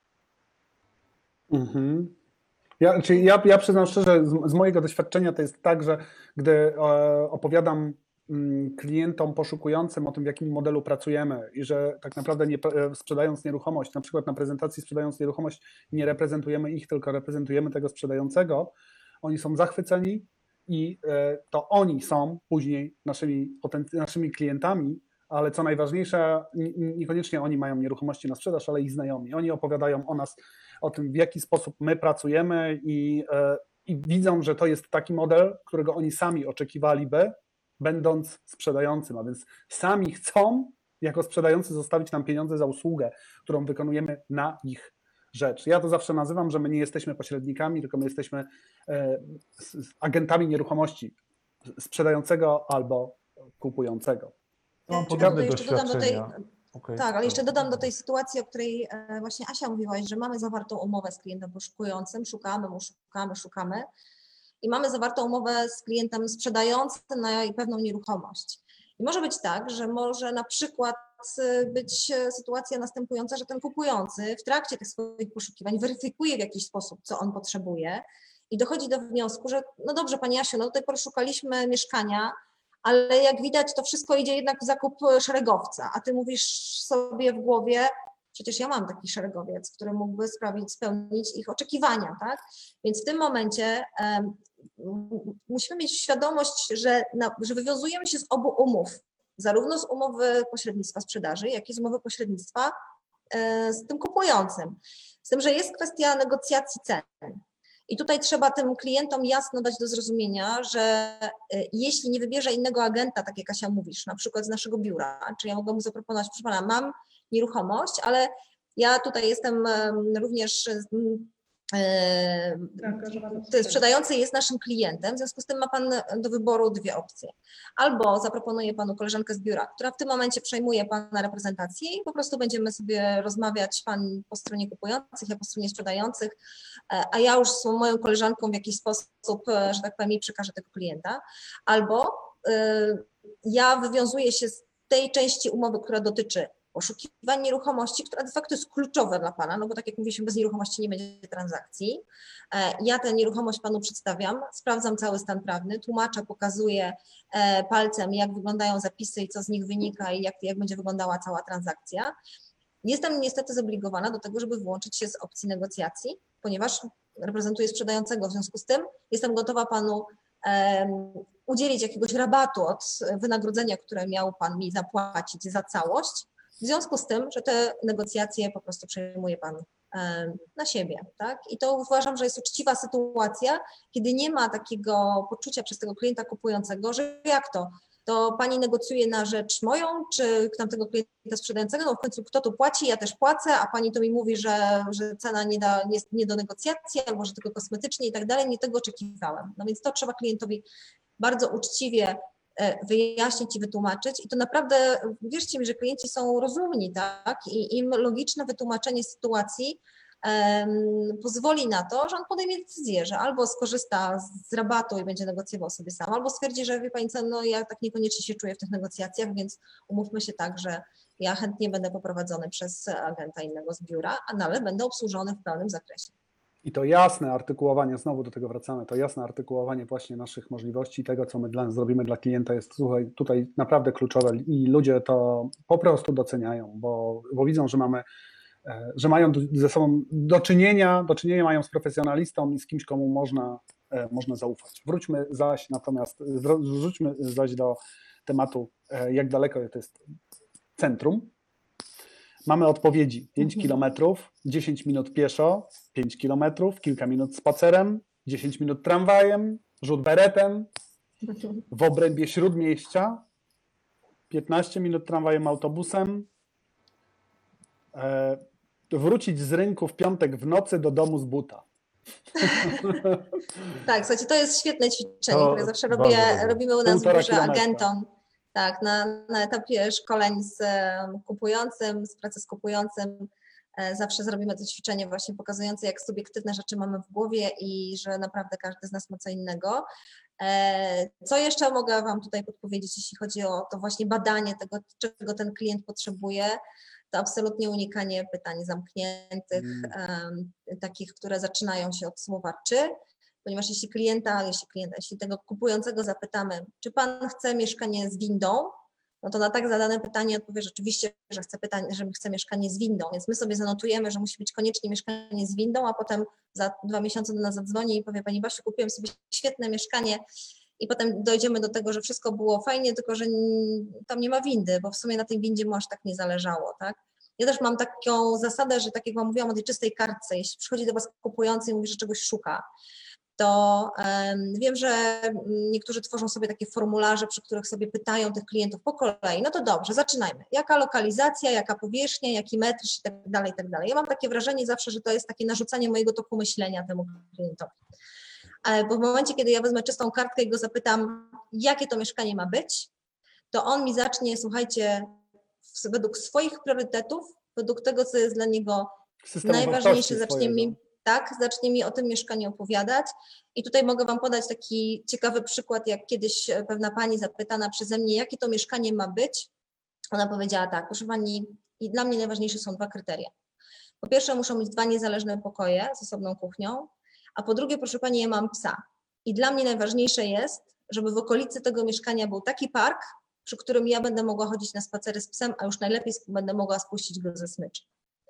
Ja przyznam szczerze, z mojego doświadczenia to jest tak, że gdy opowiadam klientom poszukującym o tym, w jakim modelu pracujemy i że tak naprawdę nie sprzedając nieruchomość, na przykład na prezentacji sprzedając nieruchomość, nie reprezentujemy ich, tylko reprezentujemy tego sprzedającego, oni są zachwyceni i to oni są później naszymi klientami, ale co najważniejsze, niekoniecznie oni mają nieruchomości na sprzedaż, ale ich znajomi. Oni opowiadają o nas, o tym, w jaki sposób my pracujemy i widzą, że to jest taki model, którego oni sami oczekiwaliby, będąc sprzedającym, a więc sami chcą jako sprzedający zostawić nam pieniądze za usługę, którą wykonujemy na ich rzecz. Ja to zawsze nazywam, że my nie jesteśmy pośrednikami, tylko my jesteśmy agentami nieruchomości sprzedającego albo kupującego. Mam podobne doświadczenia. Tak, ale jeszcze dodam do tej sytuacji, o której właśnie Asia mówiłaś, że mamy zawartą umowę z klientem poszukującym, szukamy i mamy zawartą umowę z klientem sprzedającym na pewną nieruchomość. I może być tak, że może na przykład być sytuacja następująca, że ten kupujący w trakcie tych swoich poszukiwań weryfikuje w jakiś sposób, co on potrzebuje i dochodzi do wniosku, że no dobrze, Pani Asiu, no do tej pory szukaliśmy mieszkania, ale jak widać, to wszystko idzie jednak w zakup szeregowca, a ty mówisz sobie w głowie, przecież ja mam taki szeregowiec, który mógłby spełnić ich oczekiwania, tak? Więc w tym momencie musimy mieć świadomość, że wywiązujemy się z obu umów, zarówno z umowy pośrednictwa sprzedaży, jak i z umowy pośrednictwa z tym kupującym. Z tym, że jest kwestia negocjacji cen. I tutaj trzeba tym klientom jasno dać do zrozumienia, że jeśli nie wybierze innego agenta, tak jak Kasia mówisz, na przykład z naszego biura, czy ja mogę mu zaproponować, proszę pana, mam nieruchomość, ale ja tutaj jestem również sprzedający jest naszym klientem, w związku z tym ma pan do wyboru dwie opcje. Albo zaproponuję panu koleżankę z biura, która w tym momencie przejmuje pana reprezentację i po prostu będziemy sobie rozmawiać, pan po stronie kupujących, ja po stronie sprzedających, a ja już z moją koleżanką w jakiś sposób, że tak powiem, jej przekażę tego klienta. Albo ja wywiązuję się z tej części umowy, która dotyczy poszukiwań nieruchomości, która de facto jest kluczowa dla pana, no bo tak jak mówiliśmy, bez nieruchomości nie będzie transakcji. Ja tę nieruchomość panu przedstawiam, sprawdzam cały stan prawny, tłumaczę, pokazuję palcem, jak wyglądają zapisy i co z nich wynika i jak będzie wyglądała cała transakcja. Jestem niestety zobligowana do tego, żeby wyłączyć się z opcji negocjacji, ponieważ reprezentuję sprzedającego, w związku z tym jestem gotowa panu udzielić jakiegoś rabatu od wynagrodzenia, które miał pan mi zapłacić za całość, w związku z tym, że te negocjacje po prostu przejmuje pan na siebie, tak? I to uważam, że jest uczciwa sytuacja, kiedy nie ma takiego poczucia przez tego klienta kupującego, że jak to pani negocjuje na rzecz moją, czy tamtego klienta sprzedającego, no w końcu kto tu płaci, ja też płacę, a pani to mi mówi, że cena jest nie do negocjacji, albo że tylko kosmetycznie i tak dalej, nie tego oczekiwałem. No więc to trzeba klientowi bardzo uczciwie wyjaśnić i wytłumaczyć i to naprawdę, wierzcie mi, że klienci są rozumni, tak, i im logiczne wytłumaczenie sytuacji pozwoli na to, że on podejmie decyzję, że albo skorzysta z rabatu i będzie negocjował sobie sam, albo stwierdzi, że wie pani co, no ja tak niekoniecznie się czuję w tych negocjacjach, więc umówmy się tak, że ja chętnie będę poprowadzony przez agenta innego z biura, ale będę obsłużony w pełnym zakresie. I to jasne artykułowanie, znowu do tego wracamy, to jasne artykułowanie właśnie naszych możliwości, tego, co my zrobimy dla klienta jest tutaj naprawdę kluczowe i ludzie to po prostu doceniają, bo widzą, że mają ze sobą do czynienia mają z profesjonalistą i z kimś, komu można zaufać. Wróćmy zaś do tematu, jak daleko to jest centrum. Mamy odpowiedzi 5 kilometrów, 10 minut pieszo, 5 kilometrów, kilka minut spacerem, 10 minut tramwajem, rzut beretem, w obrębie śródmieścia, 15 minut tramwajem, autobusem, wrócić z rynku w piątek w nocy do domu z buta. Tak, słuchajcie, to jest świetne ćwiczenie, które zawsze robimy u nas w biurze agentom. Tak, na etapie szkoleń z kupującym, z pracy z kupującym zawsze zrobimy to ćwiczenie właśnie pokazujące, jak subiektywne rzeczy mamy w głowie i że naprawdę każdy z nas ma co innego. Co jeszcze mogę Wam tutaj podpowiedzieć, jeśli chodzi o to właśnie badanie tego, czego ten klient potrzebuje, to absolutnie unikanie pytań zamkniętych, takich, które zaczynają się od słowa czy, ponieważ jeśli tego kupującego zapytamy, czy pan chce mieszkanie z windą, no to na tak zadane pytanie odpowie rzeczywiście, że chce mieszkanie z windą, więc my sobie zanotujemy, że musi być koniecznie mieszkanie z windą, a potem za 2 miesiące do nas zadzwoni i powie, pani Basiu, kupiłem sobie świetne mieszkanie i potem dojdziemy do tego, że wszystko było fajnie, tylko że tam nie ma windy, bo w sumie na tej windzie mu aż tak nie zależało, tak? Ja też mam taką zasadę, że tak jak Wam mówiłam o tej czystej kartce, jeśli przychodzi do Was kupujący i mówi, że czegoś szuka, to wiem, że niektórzy tworzą sobie takie formularze, przy których sobie pytają tych klientów po kolei. No to dobrze, zaczynajmy. Jaka lokalizacja, jaka powierzchnia, jaki metraż i tak dalej, i tak dalej. Ja mam takie wrażenie zawsze, że to jest takie narzucanie mojego toku myślenia temu klientowi. Bo w momencie, kiedy ja wezmę czystą kartkę i go zapytam, jakie to mieszkanie ma być, to on mi zacznie, słuchajcie, według swoich priorytetów, według tego, co jest dla niego najważniejsze, zacznie mi o tym mieszkaniu opowiadać. I tutaj mogę Wam podać taki ciekawy przykład, jak kiedyś pewna pani zapytana przeze mnie, jakie to mieszkanie ma być. Ona powiedziała tak, proszę pani, i dla mnie najważniejsze są 2 kryteria. Po pierwsze, muszą być 2 niezależne pokoje z osobną kuchnią, a po drugie, proszę pani, ja mam psa. I dla mnie najważniejsze jest, żeby w okolicy tego mieszkania był taki park, przy którym ja będę mogła chodzić na spacery z psem, a już najlepiej będę mogła spuścić go ze smyczy.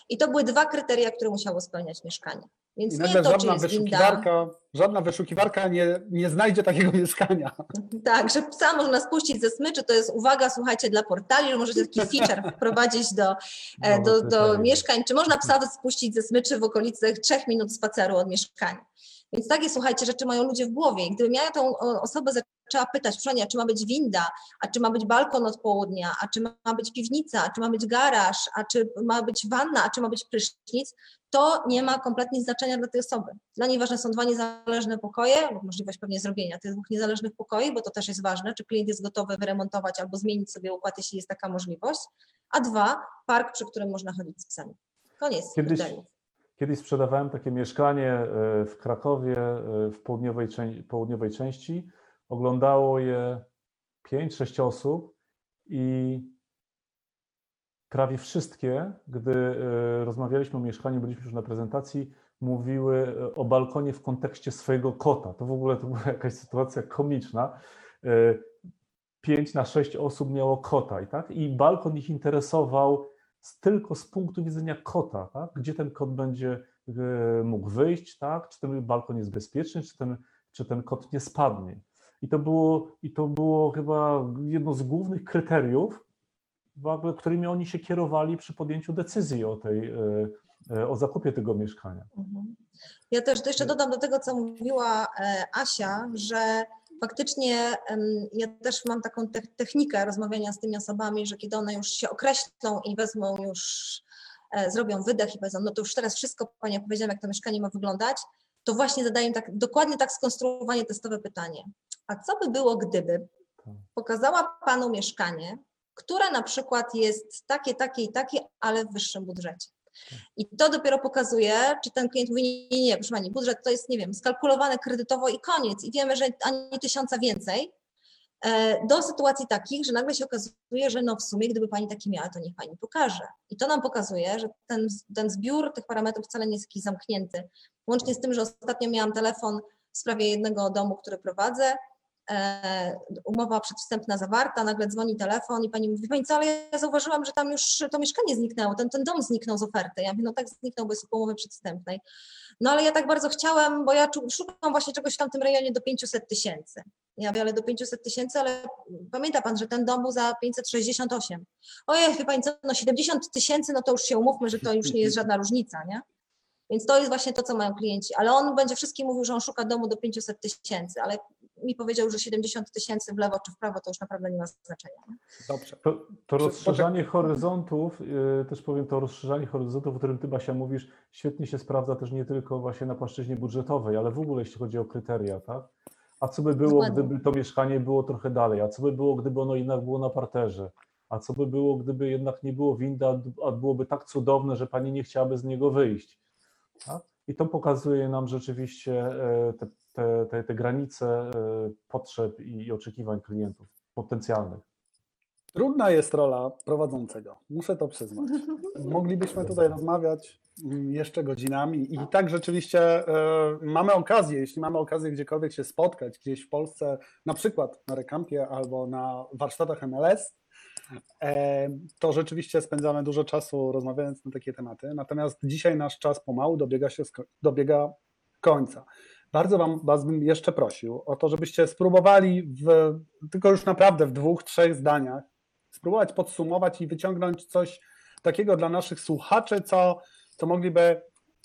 I to były 2 kryteria, które musiało spełniać mieszkanie. I Więc nagle nie to, czy jest winda. żadna wyszukiwarka nie znajdzie takiego mieszkania. Tak, że psa można spuścić ze smyczy, to jest uwaga, słuchajcie, dla portali, że możecie taki feature wprowadzić do mieszkań. Czy można psa spuścić ze smyczy w okolicach 3 minut spaceru od mieszkania? Więc takie, słuchajcie, rzeczy mają ludzie w głowie. I gdybym ja tą osobę zaczęła pytać, proszę Ania, czy ma być winda, a czy ma być balkon od południa, a czy ma być piwnica, a czy ma być garaż, a czy ma być wanna, a czy ma być prysznic, to nie ma kompletnie znaczenia dla tej osoby. Dla niej ważne są 2 niezależne pokoje, lub możliwość pewnie zrobienia tych 2 niezależnych pokoi, bo to też jest ważne, czy klient jest gotowy wyremontować albo zmienić sobie układ, jeśli jest taka możliwość, a 2, park, przy którym można chodzić z psami. Koniec kryteriów. Kiedyś sprzedawałem takie mieszkanie w Krakowie, w południowej części. Oglądało je 5-6 osób i prawie wszystkie, gdy rozmawialiśmy o mieszkaniu, byliśmy już na prezentacji, mówiły o balkonie w kontekście swojego kota. To w ogóle to była jakaś sytuacja komiczna. 5 na 6 osób miało kota i balkon ich interesował tylko z punktu widzenia kota, tak? Gdzie ten kot będzie mógł wyjść, tak? Czy ten balkon jest bezpieczny, czy ten kot nie spadnie. I to było chyba jedno z głównych kryteriów, którymi oni się kierowali przy podjęciu decyzji o zakupie tego mieszkania. Ja też jeszcze dodam do tego, co mówiła Asia, że faktycznie ja też mam taką technikę rozmawiania z tymi osobami, że kiedy one już się określą i wezmą zrobią wydech i powiedzą, no to już teraz wszystko Pani opowiedziałam, jak to mieszkanie ma wyglądać, to właśnie zadaję dokładnie tak skonstruowanie testowe pytanie. A co by było, gdyby pokazała Panu mieszkanie, które na przykład jest takie, ale w wyższym budżecie? I to dopiero pokazuje, czy ten klient mówi, nie, proszę Pani, budżet to jest, nie wiem, skalkulowane kredytowo i koniec. I wiemy, że ani 1000 więcej, do sytuacji takich, że nagle się okazuje, że no w sumie, gdyby Pani taki miała, to niech Pani pokaże. I to nam pokazuje, że ten zbiór tych parametrów wcale nie jest jakiś zamknięty. Łącznie z tym, że ostatnio miałam telefon w sprawie jednego domu, który prowadzę, umowa przedwstępna zawarta, nagle dzwoni telefon i pani mówi, Pani co, ale ja zauważyłam, że tam już to mieszkanie zniknęło, ten dom zniknął z oferty. Ja mówię, no tak zniknął, bo jest po umowie przedwstępnej. No ale ja tak bardzo chciałam, bo ja szukam właśnie czegoś w tamtym rejonie do 500 000. Ja mówię, ale do 500 000, ale pamięta Pan, że ten dom był za 568. Ojej, wie Pani co, no 70 000, no to już się umówmy, że to już nie jest żadna różnica, nie? Więc to jest właśnie to, co mają klienci. Ale on będzie wszystkim mówił, że on szuka domu do 500 000, ale mi powiedział, że 70 000 w lewo czy w prawo to już naprawdę nie ma znaczenia. Nie? Dobrze. To rozszerzanie horyzontów, też powiem, to rozszerzanie horyzontów, o którym Ty, Basia, mówisz, świetnie się sprawdza też nie tylko właśnie na płaszczyźnie budżetowej, ale w ogóle jeśli chodzi o kryteria, tak? A co by było, gdyby to mieszkanie było trochę dalej? A co by było, gdyby ono jednak było na parterze? A co by było, gdyby jednak nie było winda, a byłoby tak cudowne, że Pani nie chciałaby z niego wyjść? Tak? I to pokazuje nam rzeczywiście te granice potrzeb i oczekiwań klientów potencjalnych. Trudna jest rola prowadzącego, muszę to przyznać. Moglibyśmy tutaj rozmawiać jeszcze godzinami i tak rzeczywiście mamy okazję, jeśli mamy okazję gdziekolwiek się spotkać, gdzieś w Polsce, na przykład na Recampie albo na warsztatach MLS, to rzeczywiście spędzamy dużo czasu rozmawiając na takie tematy, natomiast dzisiaj nasz czas pomału dobiega końca. Bardzo Was bym jeszcze prosił o to, żebyście spróbowali tylko już naprawdę w 2-3 zdaniach spróbować podsumować i wyciągnąć coś takiego dla naszych słuchaczy, co mogliby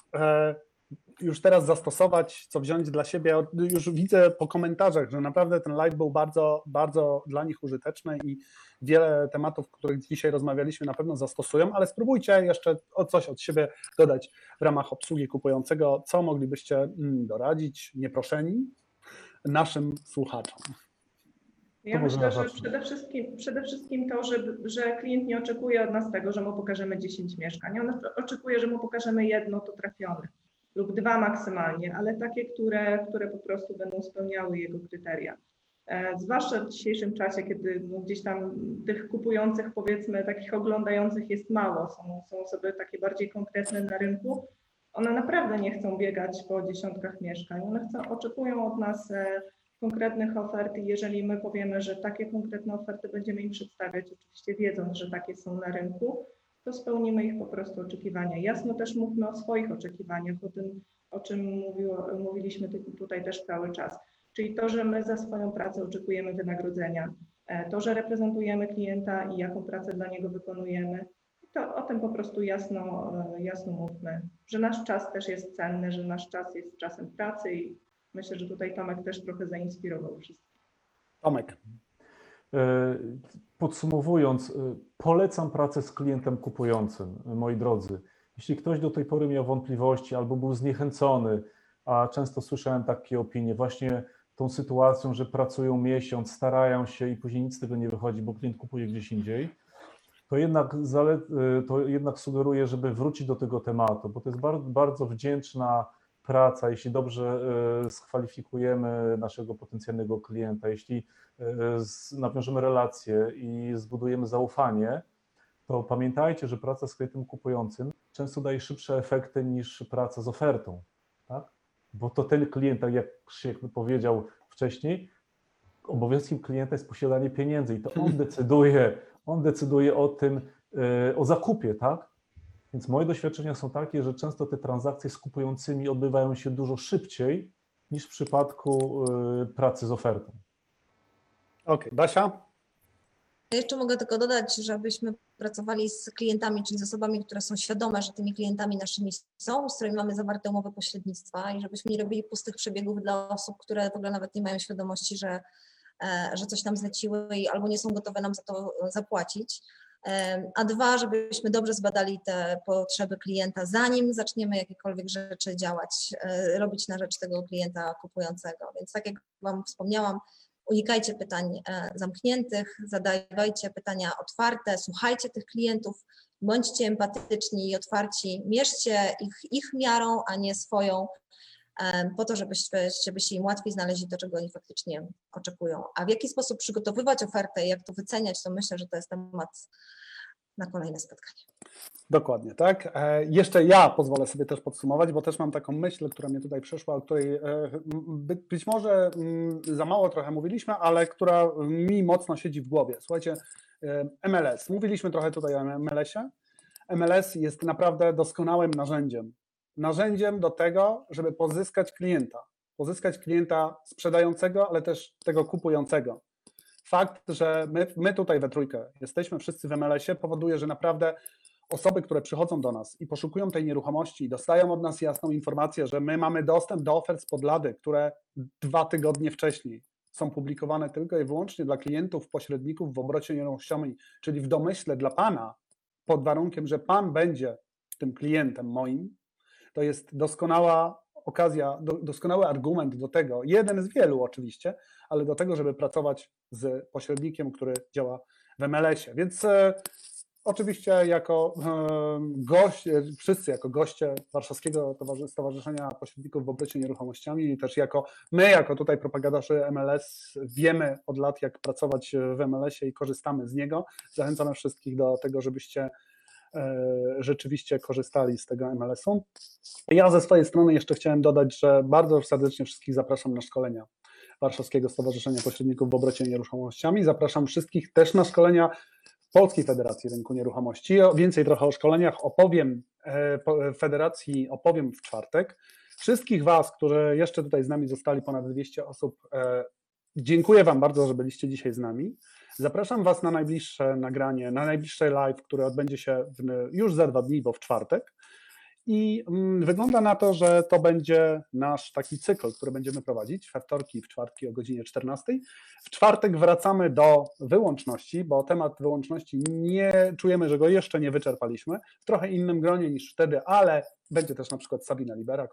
już teraz zastosować, co wziąć dla siebie. Już widzę po komentarzach, że naprawdę ten live był bardzo, bardzo dla nich użyteczny i wiele tematów, o których dzisiaj rozmawialiśmy, na pewno zastosują, ale spróbujcie jeszcze coś od siebie dodać w ramach obsługi kupującego, co moglibyście doradzić nieproszeni naszym słuchaczom. Ja myślę, że przede wszystkim to, że klient nie oczekuje od nas tego, że mu pokażemy 10 mieszkań. On oczekuje, że mu pokażemy jedno, to trafione, lub 2 maksymalnie, ale takie, które po prostu będą spełniały jego kryteria. Zwłaszcza w dzisiejszym czasie, kiedy gdzieś tam tych kupujących, powiedzmy, takich oglądających jest mało, są osoby takie bardziej konkretne na rynku, one naprawdę nie chcą biegać po dziesiątkach mieszkań, one oczekują od nas konkretnych ofert i jeżeli my powiemy, że takie konkretne oferty będziemy im przedstawiać, oczywiście wiedząc, że takie są na rynku, to spełnimy ich po prostu oczekiwania. Jasno też mówmy o swoich oczekiwaniach, o tym, o czym mówiliśmy tutaj też cały czas. Czyli to, że my za swoją pracę oczekujemy wynagrodzenia, to, że reprezentujemy klienta i jaką pracę dla niego wykonujemy, to o tym po prostu jasno mówmy, że nasz czas też jest cenny, że nasz czas jest czasem pracy i myślę, że tutaj Tomek też trochę zainspirował wszystkich. Tomek. Podsumowując, polecam pracę z klientem kupującym, moi drodzy. Jeśli ktoś do tej pory miał wątpliwości albo był zniechęcony, a często słyszałem takie opinie, właśnie tą sytuacją, że pracują miesiąc, starają się i później nic z tego nie wychodzi, bo klient kupuje gdzieś indziej, to jednak sugeruję, żeby wrócić do tego tematu, bo to jest bardzo, bardzo wdzięczna praca, jeśli dobrze skwalifikujemy naszego potencjalnego klienta, jeśli nawiążemy relacje i zbudujemy zaufanie, to pamiętajcie, że praca z klientem kupującym często daje szybsze efekty niż praca z ofertą, tak? Bo to ten klient, tak jak Krzysiek powiedział wcześniej, obowiązkiem klienta jest posiadanie pieniędzy i to on decyduje o tym, o zakupie, tak? Więc moje doświadczenia są takie, że często te transakcje z kupującymi odbywają się dużo szybciej niż w przypadku pracy z ofertą. Okej, Basia? Jeszcze mogę tylko dodać, żebyśmy pracowali z klientami, czyli z osobami, które są świadome, że tymi klientami naszymi są, z którymi mamy zawarte umowy pośrednictwa i żebyśmy nie robili pustych przebiegów dla osób, które w ogóle nawet nie mają świadomości, że coś nam zleciły i albo nie są gotowe nam za to zapłacić. A dwa, żebyśmy dobrze zbadali te potrzeby klienta, zanim zaczniemy jakiekolwiek rzeczy działać, robić na rzecz tego klienta kupującego. Więc tak jak Wam wspomniałam, unikajcie pytań zamkniętych, zadawajcie pytania otwarte, słuchajcie tych klientów, bądźcie empatyczni i otwarci, mierzcie ich miarą, a nie swoją, po to, żebyście im łatwiej znaleźli to, czego oni faktycznie oczekują. A w jaki sposób przygotowywać ofertę i jak to wyceniać, to myślę, że to jest temat na kolejne spotkanie. Dokładnie, tak. Jeszcze ja pozwolę sobie też podsumować, bo też mam taką myśl, która mnie tutaj przyszła, o której być może za mało trochę mówiliśmy, ale która mi mocno siedzi w głowie. Słuchajcie, MLS. Mówiliśmy trochę tutaj o MLS-ie. MLS jest naprawdę doskonałym narzędziem do tego, żeby pozyskać klienta sprzedającego, ale też tego kupującego. Fakt, że my tutaj we trójkę jesteśmy wszyscy w MLS-ie, powoduje, że naprawdę osoby, które przychodzą do nas i poszukują tej nieruchomości, dostają od nas jasną informację, że my mamy dostęp do ofert spod lady, które 2 tygodnie wcześniej są publikowane tylko i wyłącznie dla klientów, pośredników w obrocie nieruchomościami, czyli w domyśle dla Pana, pod warunkiem, że Pan będzie tym klientem moim. To jest doskonała okazja, doskonały argument do tego, jeden z wielu oczywiście, ale do tego, żeby pracować z pośrednikiem, który działa w MLS-ie. Więc oczywiście jako wszyscy jako goście Warszawskiego Stowarzyszenia Pośredników w Obrocie Nieruchomościami i też jako tutaj propagadorzy MLS wiemy od lat, jak pracować w MLS-ie i korzystamy z niego. Zachęcamy wszystkich do tego, żebyście rzeczywiście korzystali z tego MLS-u. Ja ze swojej strony jeszcze chciałem dodać, że bardzo serdecznie wszystkich zapraszam na szkolenia Warszawskiego Stowarzyszenia Pośredników w Obrocie Nieruchomościami. Zapraszam wszystkich też na szkolenia Polskiej Federacji Rynku Nieruchomości. Więcej trochę o szkoleniach Federacji opowiem w czwartek. Wszystkich Was, którzy jeszcze tutaj z nami zostali, ponad 200 osób, dziękuję Wam bardzo, że byliście dzisiaj z nami. Zapraszam Was na najbliższe nagranie, na najbliższe live, które odbędzie się już za 2 dni, bo w czwartek. I wygląda na to, że to będzie nasz taki cykl, który będziemy prowadzić we wtorki i w czwartki o godzinie 14. W czwartek wracamy do wyłączności, bo temat wyłączności nie czujemy, że go jeszcze nie wyczerpaliśmy. W trochę innym gronie niż wtedy, ale będzie też na przykład Sabina Libera,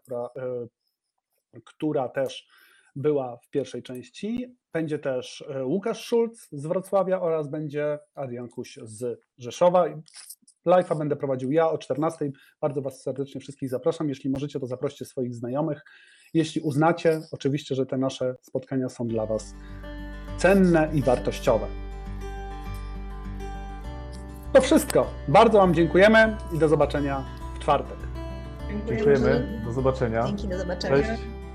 która też była w pierwszej części. Będzie też Łukasz Szulc z Wrocławia oraz będzie Adrian Kuś z Rzeszowa. Live'a będę prowadził ja o 14. Bardzo Was serdecznie wszystkich zapraszam. Jeśli możecie, to zaproście swoich znajomych. Jeśli uznacie, oczywiście, że te nasze spotkania są dla Was cenne i wartościowe. To wszystko. Bardzo Wam dziękujemy i do zobaczenia w czwartek. Dziękujemy. Do zobaczenia. Dzięki, do zobaczenia. Cześć.